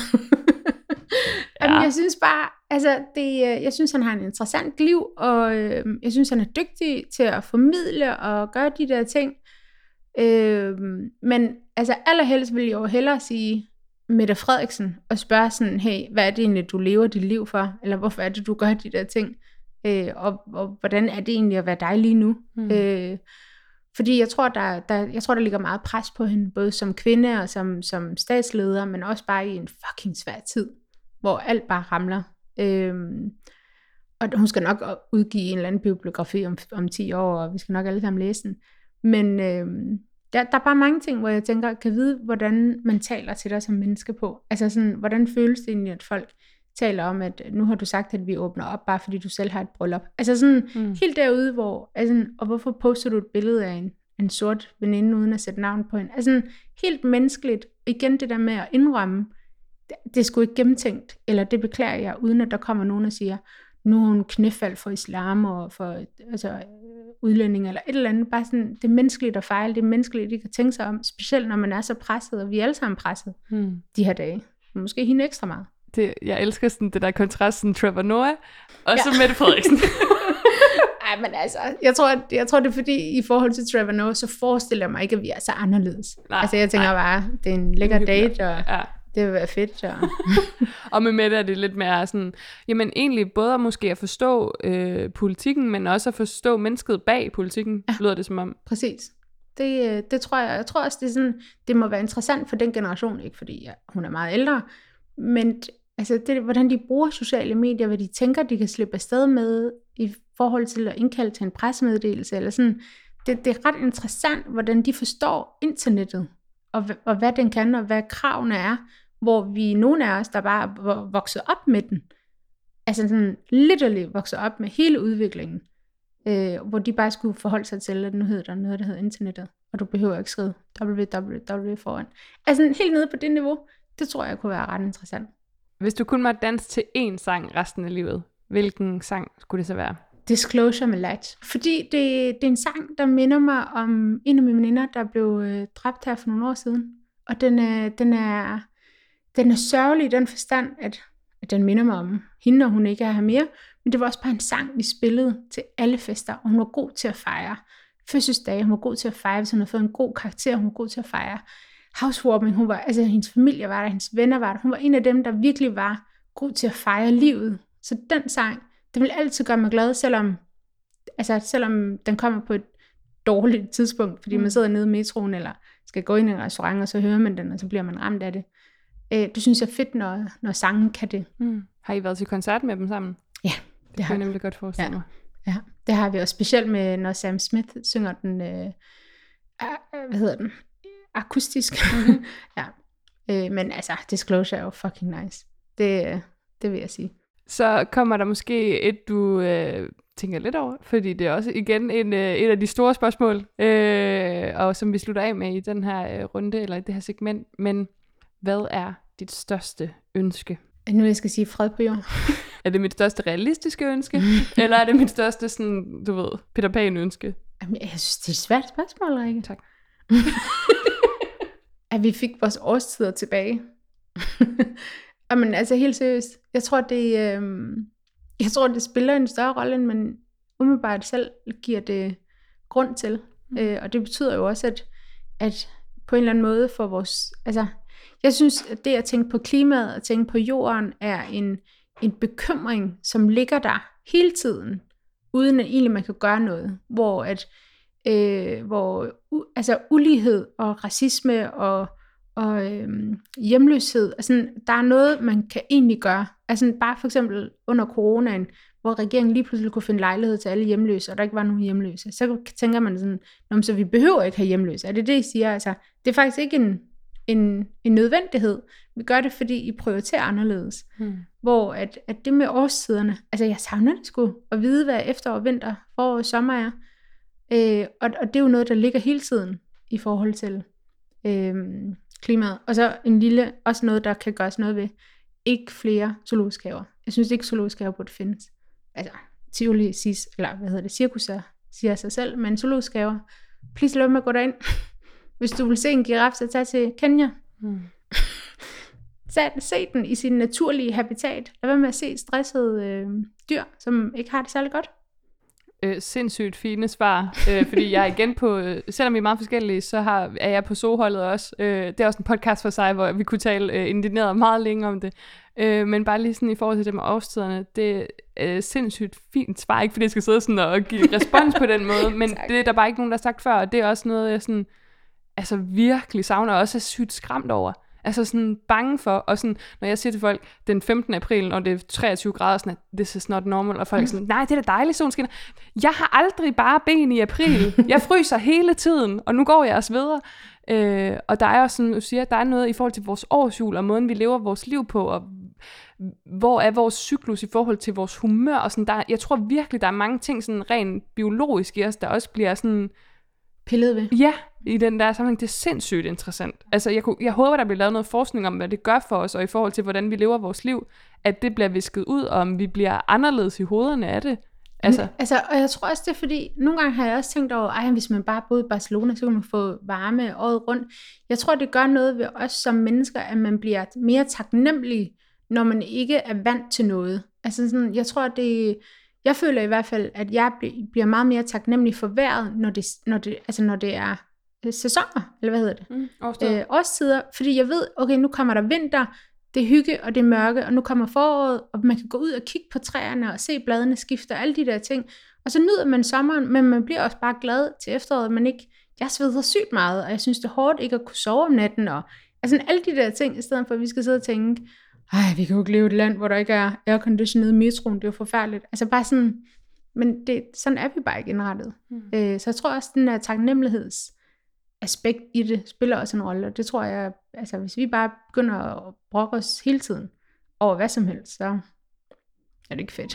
Ja. Jamen, jeg synes bare, altså, det, jeg synes, han har en interessant liv, og øh, jeg synes, han er dygtig til at formidle og gøre de der ting. Øh, men altså, allerhelst vil jeg jo hellere sige Mette Frederiksen, og spørge sådan, hey, hvad er det egentlig, du lever dit liv for? Eller hvorfor er det, du gør de der ting? Øh, og, og hvordan er det egentlig at være dig lige nu? Mm. Øh, Fordi jeg tror, der, der, jeg tror, der ligger meget pres på hende, både som kvinde og som, som statsleder, men også bare i en fucking svær tid, hvor alt bare ramler. Øhm, og hun skal nok udgive en eller anden bibliografi om, om ti år, og vi skal nok alle sammen læse den. Men øhm, der, der er bare mange ting, hvor jeg tænker, kan vide, hvordan man taler til dig som menneske på. Altså sådan, hvordan føles det egentlig, at folk taler om, at nu har du sagt, at vi åbner op, bare fordi du selv har et bryllup. Altså sådan mm. helt derude, hvor, altså, og hvorfor poster du et billede af en, en sort veninde, uden at sætte navn på hende? Altså sådan, helt menneskeligt, igen det der med at indrømme, det, det er sgu ikke gennemtænkt, eller det beklager jeg, uden at der kommer nogen og siger, nu er hun knæfaldt for islam, og for altså, udlænding, eller et eller andet. Bare sådan, det er menneskeligt at fejle, det er menneskeligt ikke at tænke sig om, specielt når man er så presset, og vi er alle sammen presset mm. de her dage. Måske hende ekstra meget. Det, jeg elsker sådan det der kontrast, sådan Trevor Noah, og ja. så Mette Frederiksen. Ej, men altså, jeg tror, jeg tror, det er fordi, i forhold til Trevor Noah, så forestiller jeg mig ikke, at vi er så anderledes. Nej, altså, jeg tænker nej. bare, det er en lækker date, og ja. det vil være fedt. Og, og med Mette er det lidt mere sådan, jamen egentlig både måske at forstå øh, politikken, men også at forstå mennesket bag politikken, ja. lyder det som om. Præcis. Det, det tror jeg. Jeg tror også, det er sådan, det må være interessant for den generation, ikke fordi ja, hun er meget ældre, men altså det, hvordan de bruger sociale medier, hvad de tænker, de kan slippe afsted med i forhold til at indkalde til en pressemeddelelse, eller sådan. Det, det er ret interessant, hvordan de forstår internettet, og, og hvad den kan, og hvad kravene er, hvor vi nogle af os, der bare er vokset op med den, altså sådan literally vokset op med hele udviklingen, øh, hvor de bare skulle forholde sig til, at nu hedder der noget, der hedder internettet, og du behøver ikke skrive W W W foran. Altså helt nede på det niveau. Det tror jeg kunne være ret interessant. Hvis du kun måtte danse til én sang resten af livet, hvilken sang skulle det så være? Disclosure med Latch. Fordi det, det er en sang, der minder mig om en af mine veninder, der blev øh, dræbt her for nogle år siden. Og den er, den er, den er sørgelig i den forstand, at, at den minder mig om hende, og hun ikke er her mere. Men det var også bare en sang, vi spillede til alle fester, og hun var god til at fejre fødselsdage. Hun var god til at fejre, hvis hun havde fået en god karakter. Hun var god til at fejre housewarming, hun var, altså hendes familie var der, hendes venner var der, hun var en af dem, der virkelig var god til at fejre livet. Så den sang, det vil altid gøre mig glad, selvom, altså selvom den kommer på et dårligt tidspunkt, fordi mm. man sidder nede i metroen, eller skal gå ind i en restaurant, og så hører man den, og så bliver man ramt af det. Øh, det synes jeg er fedt, når, når sangen kan det. Mm. Har I været til koncert med dem sammen? Ja, det, det har jeg nemlig godt forestille mig. Ja. ja, det har vi også, specielt med, når Sam Smith synger den, øh, hvad hedder den? akustisk. Mm-hmm. ja. Øh, men altså, Disclosure er jo fucking nice. Det, det vil jeg sige. Så kommer der måske et, du øh, tænker lidt over, fordi det er også igen en, øh, et af de store spørgsmål, øh, og som vi slutter af med i den her øh, runde, eller i det her segment. Men hvad er dit største ønske? Nu jeg skal sige fred på jorden. Er det mit største realistiske ønske? Eller er det mit største, sådan, du ved, Peter Pan ønske? Jamen, jeg synes, det er et svært spørgsmål, Rikke. Tak. At vi fik vores årstider tilbage. Jamen altså helt seriøst. Jeg tror det, øh, jeg tror det spiller en større rolle, end man umiddelbart selv giver det grund til. Mm. Øh, og det betyder jo også, at, at på en eller anden måde for vores, altså jeg synes, at det at tænke på klimaet og tænke på jorden er en, en bekymring, som ligger der hele tiden, uden at egentlig man kan gøre noget. Hvor at Øh, hvor u, altså ulighed og racisme og, og øhm, hjemløshed, altså der er noget, man kan egentlig gøre. Altså bare for eksempel under coronaen, hvor regeringen lige pludselig kunne finde lejlighed til alle hjemløse, og der ikke var nogen hjemløse. Så tænker man sådan, så vi behøver ikke have hjemløse. Er det det, I siger? Altså, det er faktisk ikke en, en, en nødvendighed. Vi gør det, fordi I prioriterer anderledes. Hmm. Hvor at, at det med årstiderne, altså jeg savner det sgu, at vide, hvad efterår, vinter, forår og sommer er. Øh, og, og det er jo noget, der ligger hele tiden i forhold til øh, klimaet. Og så en lille, også noget, der kan gøres noget ved. Ikke flere zoologiske haver. Jeg synes ikke, zoologiske haver burde findes. Altså, Tivoli, Cis, eller hvad hedder det, cirkusser, siger sig selv, men zoologiske haver, please lad mig gå derind. Hvis du vil se en giraf, så tag til Kenya. Hmm. Se, se den i sin naturlige habitat. Lad være med at se stressede øh, dyr, som ikke har det særlig godt. Øh, sindssygt fine svar, øh, fordi jeg er igen på, øh, selvom vi er meget forskellige, så har, er jeg på Zoo-holdet også. Øh, det er også en podcast for sig, hvor vi kunne tale øh, indineret meget længe om det. Øh, men bare lige sådan i forhold til det med årstiderne, det øh, sindssygt fint svar, ikke fordi jeg skal sidde sådan og give respons på den måde, men det er der bare ikke nogen, der har sagt før, og det er også noget, jeg sådan, altså virkelig savner, og også er sygt skræmt over. Altså sådan bange for, og sådan, når jeg siger til folk, den femtende april, og det er treogtyve grader, sådan, at this is not normal, og folk er sådan, nej, det er da dejligt, solen skinner. Jeg har aldrig bare ben i april. Jeg fryser hele tiden, og nu går jeg også videre. Øh, og der er også sådan, du siger, der er noget i forhold til vores årshjul, og måden, vi lever vores liv på, og hvor er vores cyklus i forhold til vores humør, og sådan, der, jeg tror virkelig, der er mange ting, sådan rent biologisk i os, der også bliver sådan, pillet ved. Ja, i den der sammenhæng. Det er sindssygt interessant. Altså, jeg, kunne, jeg håber, der bliver lavet noget forskning om, hvad det gør for os, og i forhold til, hvordan vi lever vores liv, at det bliver visket ud, og om vi bliver anderledes i hovederne af det. Altså. Men, altså, og jeg tror også, det er fordi, nogle gange har jeg også tænkt over, ej, hvis man bare boede i Barcelona, så kan man få varme året rundt. Jeg tror, det gør noget ved os som mennesker, at man bliver mere taknemmelig, når man ikke er vant til noget. Altså sådan, jeg tror, det Jeg føler i hvert fald, at jeg bliver meget mere taknemmelig for vejret, når det, når det, altså når det er sæsoner, eller hvad hedder det? Mm, årstider. Øh, årstider. Fordi jeg ved, okay, nu kommer der vinter, det er hygge, og det er mørke, og nu kommer foråret, og man kan gå ud og kigge på træerne, og se bladene skifte, og alle de der ting. Og så nyder man sommeren, men man bliver også bare glad til efteråret, men ikke, jeg sveder sygt meget, og jeg synes, det er hårdt ikke at kunne sove om natten, og altså alle de der ting, i stedet for, at vi skal sidde og tænke, ej, vi kan jo ikke leve i et land, hvor der ikke er airconditioned i metroen, det er jo forfærdeligt. Altså bare sådan, men det, sådan er vi bare ikke indrettet. Mm. Øh, så jeg tror også, den der taknemmelighedsaspekt i det, spiller også en rolle, og det tror jeg, altså hvis vi bare begynder at brokke os hele tiden over hvad som helst, så er det ikke fedt.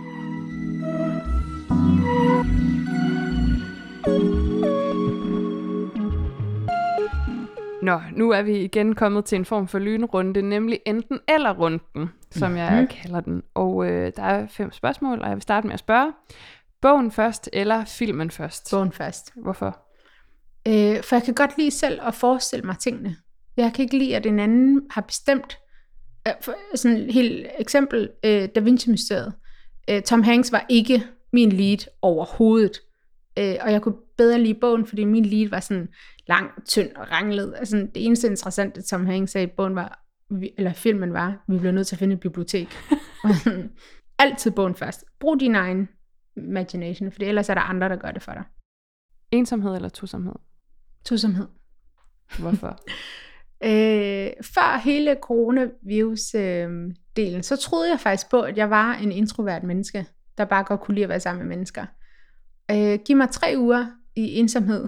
Nå, nu er vi igen kommet til en form for lynrunde, nemlig enten eller runden, som jeg mm-hmm. kalder den. Og øh, der er fem spørgsmål, og jeg vil starte med at spørge. Bogen først eller filmen først? Bogen først. Hvorfor? Øh, for jeg kan godt lide selv at forestille mig tingene. Jeg kan ikke lide, at en anden har bestemt. Øh, for, sådan et helt eksempel, øh, Da Vinci-mysteriet. Øh, Tom Hanks var ikke min lead overhovedet. Øh, og jeg kunne bedre lide bogen, fordi min lead var sådan lang, tynd og ranglet. Altså, det eneste interessante, Tom Hanks sagde i bogen var, eller filmen var, vi bliver nødt til at finde et bibliotek. Altid bogen først. Brug din egen imagination, for ellers er der andre, der gør det for dig. Ensomhed eller tosomhed? Tosomhed. Hvorfor? øh, før hele coronavirus-delen, øh, så troede jeg faktisk på, at jeg var en introvert menneske, der bare godt kunne lide at være sammen med mennesker. Øh, giv mig tre uger i ensomhed.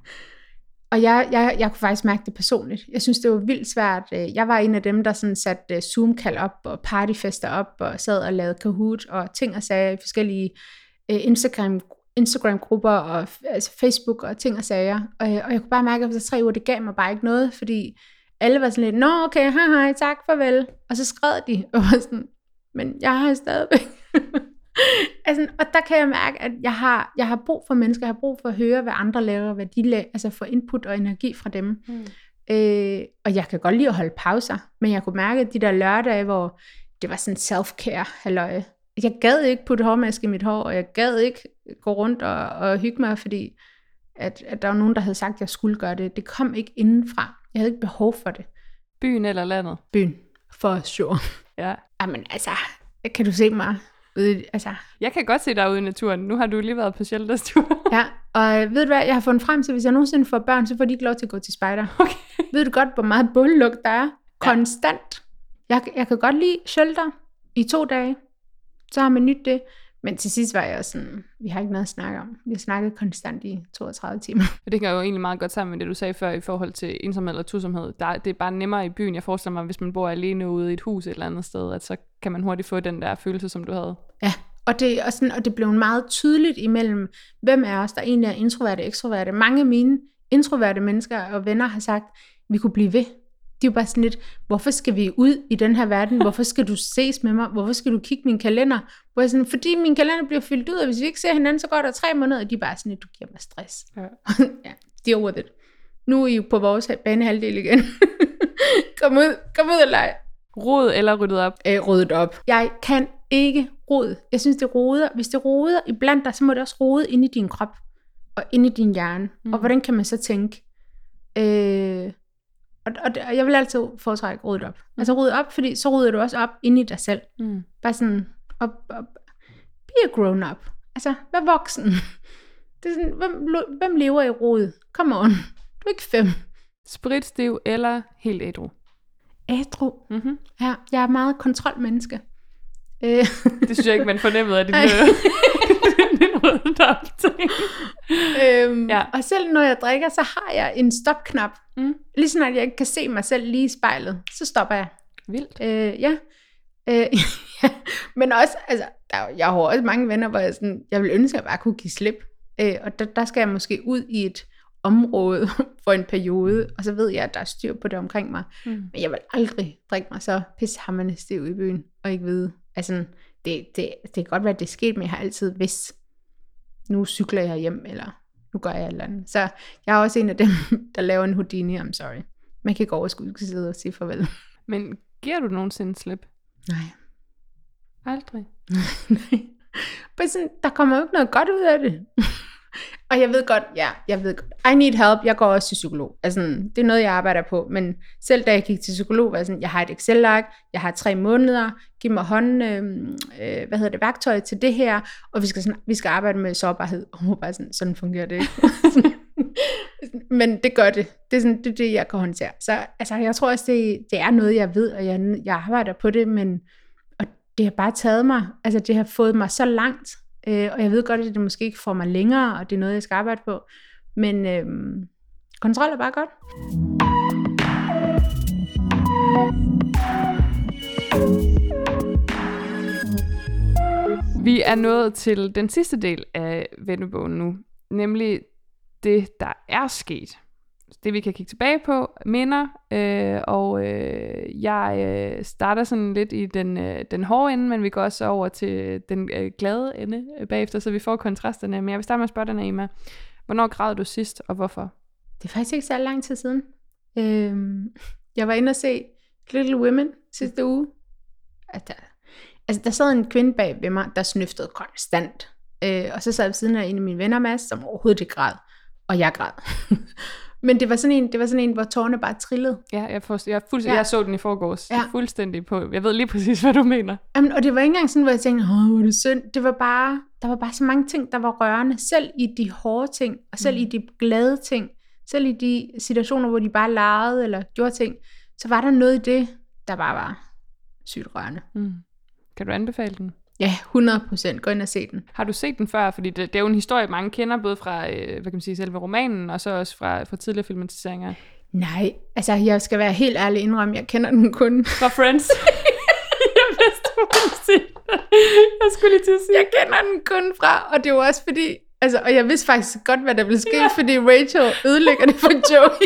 Og jeg, jeg, jeg kunne faktisk mærke det personligt. Jeg synes, det var vildt svært. Jeg var en af dem, der sådan satte Zoom-kald op og partyfester op og sad og lavede Kahoot og ting og sager i forskellige uh, Instagram, Instagram-grupper og altså Facebook og ting og sager. Og, og jeg kunne bare mærke, at efter tre uger, det gav mig bare ikke noget, fordi alle var sådan lidt, nå okay, hej hej, tak, farvel. Og så skred de, og var sådan, men jeg har stadigvæk. Altså, og der kan jeg mærke, at jeg har, jeg har brug for mennesker, jeg har brug for at høre, hvad andre laver, hvad de laver, altså få input og energi fra dem. Mm. Øh, og jeg kan godt lide at holde pauser, men jeg kunne mærke, at de der lørdage, hvor det var sådan self-care, halløj. Jeg gad ikke putte hårmaske i mit hår, og jeg gad ikke gå rundt og, og hygge mig, fordi at, at der var nogen, der havde sagt, at jeg skulle gøre det. Det kom ikke indenfra. Jeg havde ikke behov for det. Byen eller landet? Byen. For sure. Ja. Jamen altså, kan du se mig? Ude, altså. Jeg kan godt se dig ude i naturen. Nu har du lige været på shelterstur. Ja, og ved du hvad, jeg har fundet frem til, hvis jeg nogensinde får børn, så får de ikke lov til at gå til spejder. Okay. Ved du godt, hvor meget bållugt der er? Konstant. Jeg, jeg kan godt lide shelter i to dage. Så har man nyt det. Men til sidst var jeg også sådan, vi har ikke noget at snakke om. Vi har snakket konstant i toogtredive timer. Det hænger jo egentlig meget godt sammen med det, du sagde før i forhold til ensomhed eller tosomhed. Der, det er bare nemmere i byen. Jeg forestiller mig, hvis man bor alene ude i et hus et eller andet sted, at så kan man hurtigt få den der følelse, som du havde. Ja, og det, og sådan, og det blev meget tydeligt imellem, hvem er os, der egentlig er introverte og ekstroverte. Mange af mine introverte mennesker og venner har sagt, vi kunne blive ved. De er jo bare sådan lidt, hvorfor skal vi ud i den her verden? Hvorfor skal du ses med mig? Hvorfor skal du kigge min kalender? Hvor jeg sådan, fordi min kalender bliver fyldt ud, og hvis vi ikke ser hinanden, så går der tre måneder, og de er bare sådan lidt, du giver mig stress. Ja, ja, deal with it. Nu er I på vores banehalvdel igen. kom ud, kom ud og lege. Rod eller ryddet op? Æh, ryddet op. Jeg kan ikke rode. Jeg synes, det roder. Hvis det roder iblandt dig, så må det også rode inde i din krop, og inde i din hjerne. Mm. Og hvordan kan man så tænke? Øh... Og, og, og jeg vil altid foretrække ryddet op. Mm. Altså ryddet op, fordi så rydder du også op inde i dig selv. Mm. Bare sådan op, op. be a grown up. Altså, vær voksen. Det er sådan, hvem, hvem lever i rod? Come on. Du er ikke fem. Spritstiv eller helt ædru? Ædru. Mm-hmm. Ja, jeg er meget kontrolmenneske. Øh. Det synes jeg ikke, man fornemmede af din røde øhm, ja. Og selv når jeg drikker, så har jeg en stopknap. Mm. Lige sådan, at jeg ikke kan se mig selv lige i spejlet, så stopper jeg. Vildt. Øh, ja. Øh, ja. Men også, altså, der, jeg har også mange venner, hvor jeg, sådan, jeg vil ønske, at jeg bare kunne give slip. Øh, og der, der skal jeg måske ud i et område for en periode, og så ved jeg, at der er styr på det omkring mig. Mm. Men jeg vil aldrig drikke mig så pissehammerende stiv i byen, og ikke vide. Altså, det, det, det kan godt være, at det er sket, men jeg har altid vidst, nu cykler jeg hjem, eller nu gør jeg et eller andet. Så jeg er også en af dem, der laver en Houdini, I'm sorry. Man kan ikke overskue, skal sidde og sige farvel. Men giver du nogensinde slip? Nej. Aldrig? Nej. Men sådan, der kommer jo ikke noget godt ud af det. Og jeg ved godt, ja, jeg ved godt, I need help, jeg går også til psykolog. Altså, det er noget, jeg arbejder på, men selv da jeg gik til psykolog, var jeg sådan, jeg har et Excel-ark, jeg har tre måneder, giv mig hånd, øh, øh, hvad hedder det, værktøj til det her, og vi skal, sådan, vi skal arbejde med sårbarhed. Og hun var bare sådan, sådan fungerer det ikke. Men det gør det. Det er sådan, det, det, jeg kan håndtere. Så altså, jeg tror også, det, det er noget, jeg ved, og jeg, jeg arbejder på det, men og det har bare taget mig, altså det har fået mig så langt, øh, og jeg ved godt, at det måske ikke får mig længere, og det er noget, jeg skal arbejde på, men øh, kontrol er bare godt. Vi er nået til den sidste del af vennebogen nu, nemlig det, der er sket. Det, vi kan kigge tilbage på, minder, øh, og øh, jeg øh, starter sådan lidt i den, øh, den hårde ende, men vi går også over til den øh, glade ende øh, bagefter, så vi får kontrasterne. Men jeg vil starte med at spørge dig, Emma, hvornår græd du sidst, og hvorfor? Det er faktisk ikke så lang tid siden. Øh, jeg var inde og se Little Women sidste uge. Altså, altså, der sad en kvinde bag ved mig, der snøftede konstant. Øh, og så sad jeg ved siden af en af mine venner, Mads, som overhovedet ikke græd. Og jeg græd. Men det var sådan en, det var sådan en, hvor tårerne bare trillede. Ja, jeg, forst- jeg, fuldst- ja. jeg så den i forgårs. Ja. Fuldstændig på. Jeg ved lige præcis, hvad du mener. Jamen, og det var ikke engang sådan, hvor jeg tænkte, åh, hvor er det synd. Det var bare, der var bare så mange ting, der var rørende. Selv i de hårde ting, og selv mm. i de glade ting. Selv i de situationer, hvor de bare legede eller gjorde ting. Så var der noget i det, der bare var sygt rørende. Mm. Kan du anbefale den? Ja, hundrede procent. Gå ind og se den. Har du set den før? Fordi det, det er jo en historie, mange kender, både fra øh, hvad kan man sige, selve romanen, og så også fra, fra tidligere filmatiseringer. Nej, altså jeg skal være helt ærlig indrømme, jeg kender den kun. Fra Friends? Jeg vidste, du ville sige det. Jeg skulle lige til at sige. Jeg kender den kun fra, og det var også fordi, altså, og jeg vidste faktisk godt, hvad der ville ske, ja. Fordi Rachel ødelægger det for Joey.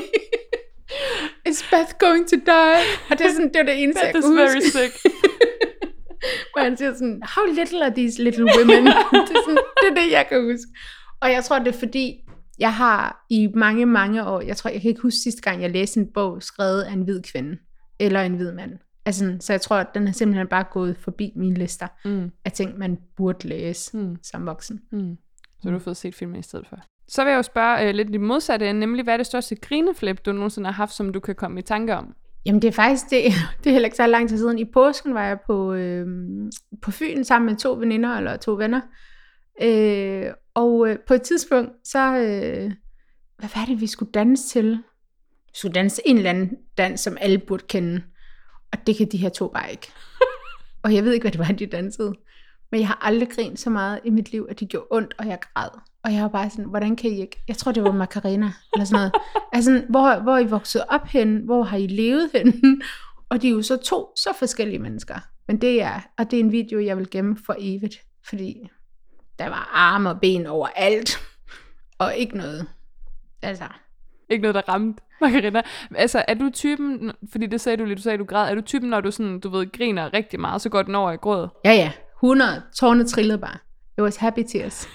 Is Beth going to die? Og det er sådan, det var det eneste, Beth jeg kunne is huske. very sick. Hvor han siger sådan, how little are these little women? det, er sådan, det er det, jeg kan huske. Og jeg tror, det er fordi, jeg har i mange, mange år, jeg tror, jeg kan ikke huske sidste gang, jeg læste en bog skrevet af en hvid kvinde, eller en hvid mand. Altså, så jeg tror, at den har simpelthen bare gået forbi mine lister, mm. af ting, man burde læse mm. som voksen. Mm. Så du har fået set filmen i stedet for. Så vil jeg jo spørge øh, lidt i modsatte ende, nemlig hvad er det største grineflip, du nogensinde har haft, som du kan komme i tanke om? Jamen det er faktisk, det, det er heller ikke så lang tid siden. I påsken var jeg på, øh, på Fyn sammen med to veninder, eller to venner. Øh, og øh, på et tidspunkt, så, øh, hvad var det, vi skulle danse til? Vi skulle danse en eller anden dans, som alle burde kende. Og det kan de her to bare ikke. Og jeg ved ikke, hvad det var, de dansede. Men jeg har aldrig grint så meget i mit liv, at det gjorde ondt, og jeg græd. Og jeg var bare sådan, hvordan kan I ikke? Jeg tror, det var Macarena, eller sådan noget. Altså, hvor, hvor er I vokset op hen? Hvor har I levet hen? Og de er jo så to så forskellige mennesker. Men det er, og det er en video, jeg vil gemme for evigt. Fordi der var arme og ben overalt. Og ikke noget. Altså. Ikke noget, der ramte Macarena. Altså, er du typen, fordi det sagde du lige, du sagde, du græd, er du typen, når du sådan, du ved, griner rigtig meget, så går den over i gråd? Ja, ja. hundrede tårne trillede bare. It was happy tears.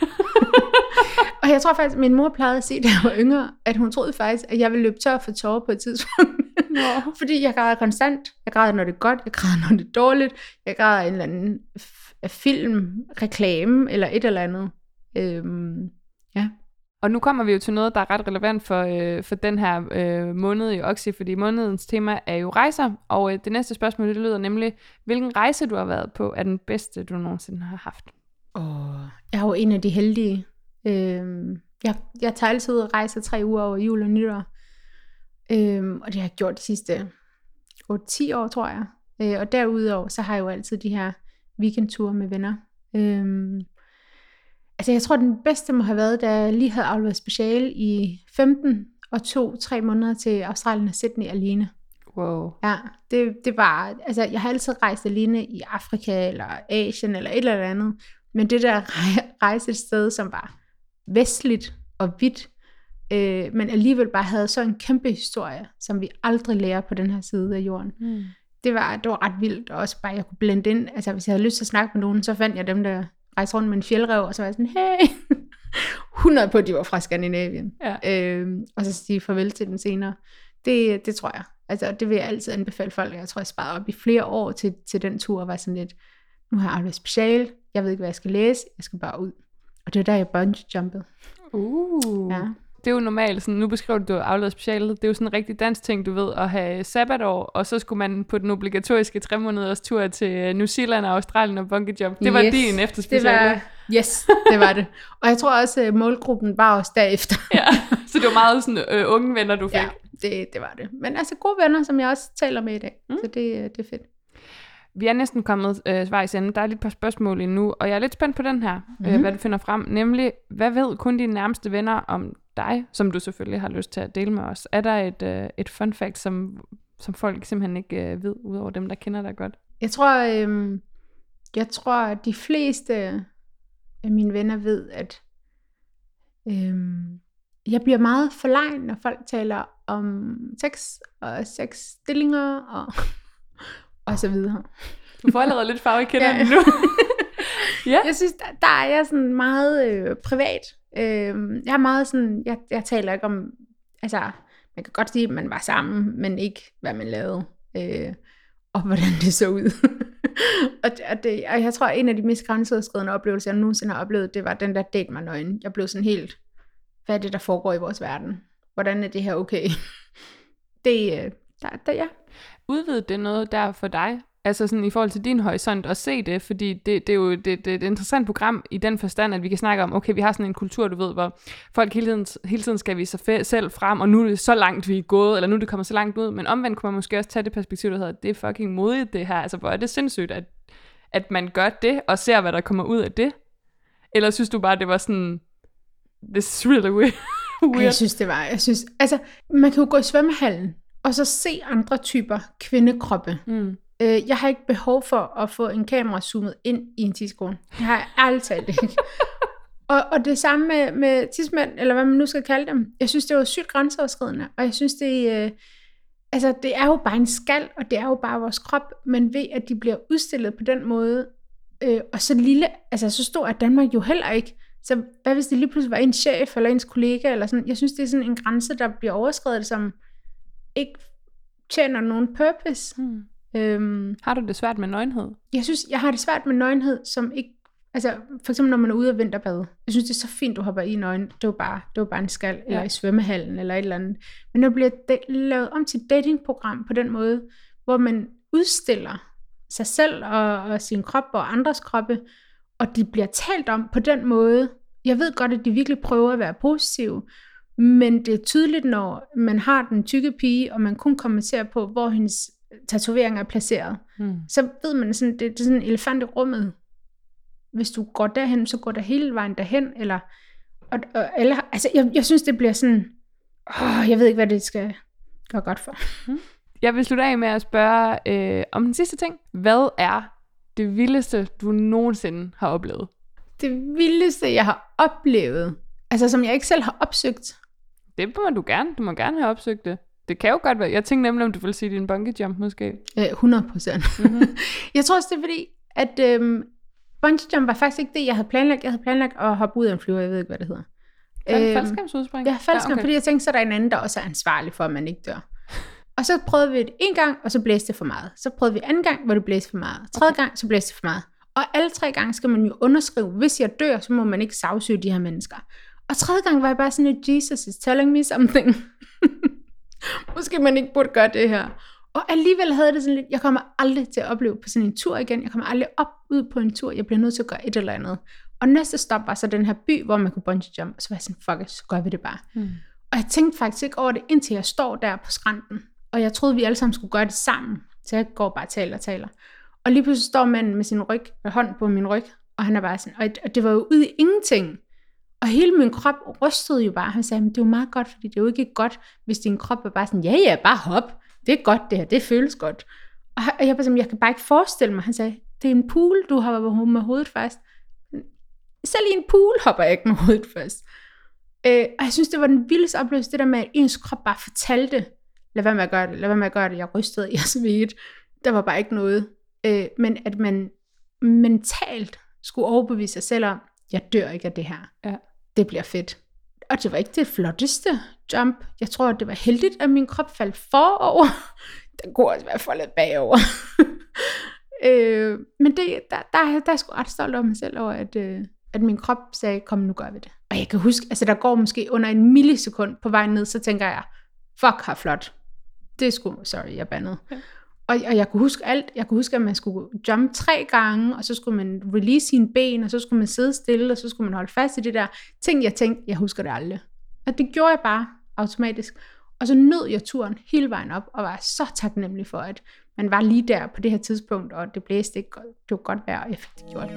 Og jeg tror faktisk, at min mor plejede at sige, da jeg var yngre, at hun troede faktisk, at jeg ville løbe tør for tårer på et tidspunkt. No. Fordi jeg græder konstant. Jeg græder, når det er godt. Jeg græder, når det er dårligt. Jeg græder en eller anden f- film, reklame, eller et eller andet. Øhm, ja. Og nu kommer vi jo til noget, der er ret relevant for, øh, for den her øh, måned i Oxy, fordi månedens tema er jo rejser, og øh, det næste spørgsmål, det lyder nemlig, hvilken rejse du har været på, er den bedste, du nogensinde har haft? Og jeg er jo en af de heldige. Øhm, jeg, jeg tager altid ud og rejser tre uger over jul og nytår. Øhm, og det har jeg gjort de sidste otte ti år, tror jeg. Øh, og derudover, så har jeg jo altid de her weekendture med venner. Øhm, altså jeg tror, den bedste må have været, da jeg lige havde afleveret speciale i femten og tog tre måneder til Australien og Sydney alene. Wow. Ja, det, det var, altså jeg har altid rejst alene i Afrika eller Asien eller et eller andet, men det der rejse et sted, som var vestligt og hvidt, øh, men alligevel bare havde så en kæmpe historie, som vi aldrig lærer på den her side af jorden. Mm. Det var, det var ret vildt, og også bare, jeg kunne blende ind, altså hvis jeg havde lyst til at snakke med nogen, så fandt jeg dem, der rejste rundt med en fjeldrev, og så var jeg sådan, hey, hundrede på, at de var fra Skandinavien, ja. øh, og så sige farvel til den senere. Det, det tror jeg. Altså, det vil jeg altid anbefale folk. Jeg tror, jeg sparede op i flere år til, til den tur, og var sådan lidt, nu har jeg afleveret speciale, jeg ved ikke, hvad jeg skal læse, jeg skal bare ud. Og det var der, jeg bungee-jumpede. Uh. Ja. Det er jo normalt, sådan, nu beskriver du, at du har afleveret specialet, det er jo sådan en rigtig dansk ting, du ved, at have sabbatår, og så skulle man på den obligatoriske tre måneders tur til New Zealand og Australien og bungee jump. Det var yes, din efter specialet. Yes, det var det. Og jeg tror også, at målgruppen var også derefter. Ja, så det var meget sådan øh, unge venner, du fik. Ja, det, det var det. Men altså gode venner, som jeg også taler med i dag. Mm. Så det, det er fedt. Vi er næsten kommet øh, vejs ende. Der er lidt et par spørgsmål endnu, og jeg er lidt spændt på den her, mm-hmm. øh, hvad du finder frem. Nemlig, hvad ved kun dine nærmeste venner om dig, som du selvfølgelig har lyst til at dele med os? Er der et, øh, et fun fact, som, som folk simpelthen ikke øh, ved, udover dem, der kender dig godt? Jeg tror, øh, jeg tror, at de fleste af mine venner ved, at øh, jeg bliver meget forlegen, når folk taler om sex og sexstillinger og, og så videre. Du får allerede lidt farve i kenderne ja. nu. Ja. Jeg synes, der, der er jeg sådan meget øh, privat. Øh, jeg er meget sådan, jeg, jeg taler ikke om, altså, man kan godt sige, at man var sammen, men ikke, hvad man lavede, øh, og hvordan det så ud. og, og, det, og jeg tror, at en af de mest grænseoverskridende oplevelser, jeg nogensinde har oplevet, det var den der date mig nøgen. Jeg blev sådan helt, hvad er det, der foregår i vores verden? Hvordan er det her okay? det, øh, der, der, ja. Udvidede det noget der for dig? Altså sådan i forhold til din horisont at se det, fordi det, det er jo det, det er et interessant program i den forstand, at vi kan snakke om, okay, vi har sådan en kultur, du ved, hvor folk hele tiden, hele tiden skal vise sig selv frem, og nu er det så langt, vi er gået, eller nu er det kommet så langt ud, men omvendt kunne man måske også tage det perspektiv, der hedder, det er fucking modigt det her, altså hvor er det sindssygt, at, at man gør det, og ser, hvad der kommer ud af det? Eller synes du bare, det var sådan, this is really weird? Jeg synes, det var, jeg synes, altså, man kan jo gå i svømmehallen, og så se andre typer kvindekroppe. Mm. Jeg har ikke behov for at få en kamera zoomet ind i en tidskone. Jeg har ærligt talt ikke. og, og det samme med, med tidsmænd, eller hvad man nu skal kalde dem. Jeg synes, det var sygt grænseoverskridende. Og jeg synes, det, øh, altså, det er jo bare en skal, og det er jo bare vores krop. Men ved, at de bliver udstillet på den måde, øh, og så lille, altså så stor er Danmark jo heller ikke. Så hvad hvis det lige pludselig var ens chef, eller ens kollega, eller sådan. Jeg synes, det er sådan en grænse, der bliver overskredet, som ikke tjener nogen purpose. Hmm. Øhm, har du det svært med nøgenhed? Jeg synes, jeg har det svært med nøgenhed, som ikke, altså for eksempel når man er ude og vinterbade. Jeg synes, det er så fint, du hopper i nøgen. Det var bare, det var bare en skal, ja. Eller i svømmehallen, eller et eller andet. Men når det bliver de- lavet om til et datingprogram på den måde, hvor man udstiller sig selv og, og sin krop og andres kroppe, og de bliver talt om på den måde. Jeg ved godt, at de virkelig prøver at være positive, men det er tydeligt, når man har den tykke pige, og man kun kommenterer på, hvor hendes tatoveringer er placeret, hmm. så ved man, sådan, det, det er sådan en elefant i rummet. Hvis du går derhen, så går der hele vejen derhen, eller, og, og, eller altså, jeg, jeg synes, det bliver sådan, åh, jeg ved ikke, hvad det skal gøre godt for. Hmm. Jeg vil slutte af med at spørge øh, om den sidste ting. Hvad er det vildeste, du nogensinde har oplevet? Det vildeste, jeg har oplevet, altså som jeg ikke selv har opsøgt. Det må du gerne. Du må gerne have opsøgt det. Det kan jo godt være. Jeg tænkte nemlig, om du ville sige din bungee jump måske. Øh, hundrede procent. Mm-hmm. Jeg tror også, det er fordi, at øhm, bungee jump var faktisk ikke det, jeg havde planlagt. Jeg havde planlagt at hoppe ud af en flyver. Jeg ved ikke, hvad det hedder. Øhm, faldskærmsudspring? Ja, faldskærm, ja, okay. Fordi jeg tænkte, så er der en anden, der også er ansvarlig for, at man ikke dør. Og så prøvede vi det en gang, og så blæste det for meget. Så prøvede vi anden gang, hvor det blæste for meget. Tredje okay. gang, så blæste det for meget. Og alle tre gange skal man jo underskrive, hvis jeg dør, så må man ikke sagsøge de her mennesker. Og tredje gang var jeg bare sådan, at Jesus is telling me something. Måske man ikke burde gøre det her. Og alligevel havde det sådan lidt, jeg kommer aldrig til at opleve på sådan en tur igen. Jeg kommer aldrig op ud på en tur. Jeg bliver nødt til at gøre et eller andet. Og næste stop var så den her by, hvor man kunne bungee jump. Og så var jeg sådan, fuck it, så gør vi det bare. Mm. Og jeg tænkte faktisk ikke over det, indtil jeg står der på skrænten. Og jeg troede, vi alle sammen skulle gøre det sammen. Så jeg går bare og taler og taler. Og lige pludselig står manden med sin ryg, med hånd på min ryg. Og han er bare sådan, og det var jo ude i ingenting. Og hele min krop rystede jo bare. Han sagde, men det er jo meget godt, fordi det er jo ikke godt, hvis din krop er bare sådan, ja ja, bare hop. Det er godt det her, det føles godt. Og jeg var sådan, jeg kan bare ikke forestille mig. Han sagde, det er en pool, du hopper med hovedet først. Selv i en pool hopper jeg ikke med hovedet først. Øh, og jeg synes, det var den vildeste oplevelse, det der med, at ens krop bare fortalte, lad være med at gøre det, lad være med at gøre det, jeg rystede, jeg svedte. Der var bare ikke noget. Øh, men at man mentalt skulle overbevise sig selv om, jeg dør ikke af det her. Ja. Det bliver fedt. Og det var ikke det flotteste jump. Jeg tror, det var heldigt, at min krop faldt forover. Den kunne også være foldet bagover. øh, men det, der, der, der er sgu ret stolt over mig selv over, at, øh, at min krop sagde, kom nu gør vi det. Og jeg kan huske, altså der går måske under en millisekund på vej ned, så tænker jeg, fuck, har flot. Det er sgu, sorry, jeg bandede. Ja. Og, og jeg kunne huske alt. Jeg kunne huske, at man skulle jump tre gange, og så skulle man release sine ben, og så skulle man sidde stille, og så skulle man holde fast i det der ting, jeg tænkte, jeg husker det aldrig. Og det gjorde jeg bare automatisk. Og så nød jeg turen hele vejen op, og var så taknemmelig for, at man var lige der på det her tidspunkt, og det blæste ikke, og det var godt vejr, og jeg fik det gjort.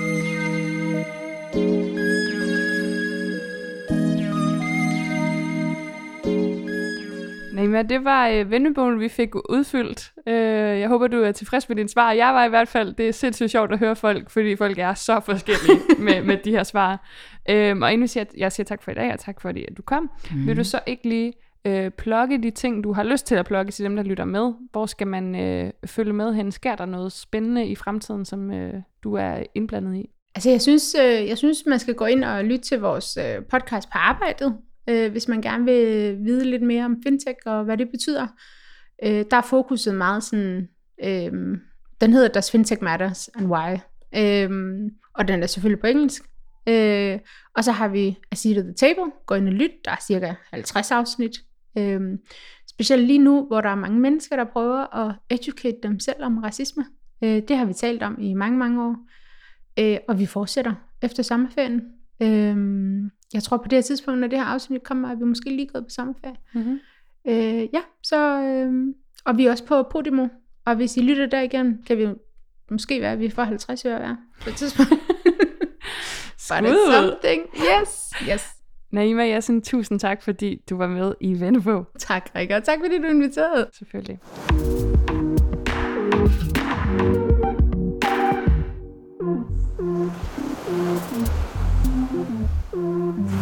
Naima, det var øh, vennebogen, vi fik udfyldt. Øh, jeg håber, du er tilfreds med dine svar. Jeg var i hvert fald. Det er sindssygt sjovt at høre folk, fordi folk er så forskellige med, med de her svar. Øh, og inden vi siger, jeg siger tak for i dag, og tak for, at du kom, mm. vil du så ikke lige øh, plugge de ting, du har lyst til at plugge til dem, der lytter med? Hvor skal man øh, følge med hen? Sker der noget spændende i fremtiden, som øh, du er indblandet i? Altså, jeg synes, øh, jeg synes, man skal gå ind og lytte til vores øh, podcast på arbejdet, øh, hvis man gerne vil vide lidt mere om fintech og hvad det betyder. Øh, der er fokuset meget sådan, øh, den hedder Does Fintech Matters and Why? Øh, og den er selvfølgelig på engelsk. Øh, og så har vi A Seat at the Table, gå ind og lyt, der er cirka halvtreds afsnit. Øh, specielt lige nu, hvor der er mange mennesker, der prøver at educate dem selv om racisme. Øh, det har vi talt om i mange, mange år. Øh, og vi fortsætter efter sommerferien. Øh, jeg tror på det her tidspunkt, når det her afsnit kommer, er vi måske lige gået på sommerferie. Mm-hmm. Øh, ja, så, øh, og vi er også på Podimo, og hvis I lytter der igen, kan vi måske være, at vi får halvtreds øre hver på et tidspunkt. But it's something. Yes, yes. Naima Yasin, tusind tak, fordi du var med i Vennebog. Tak, Rikke, og tak fordi du inviterede. Selvfølgelig. Mm-hmm.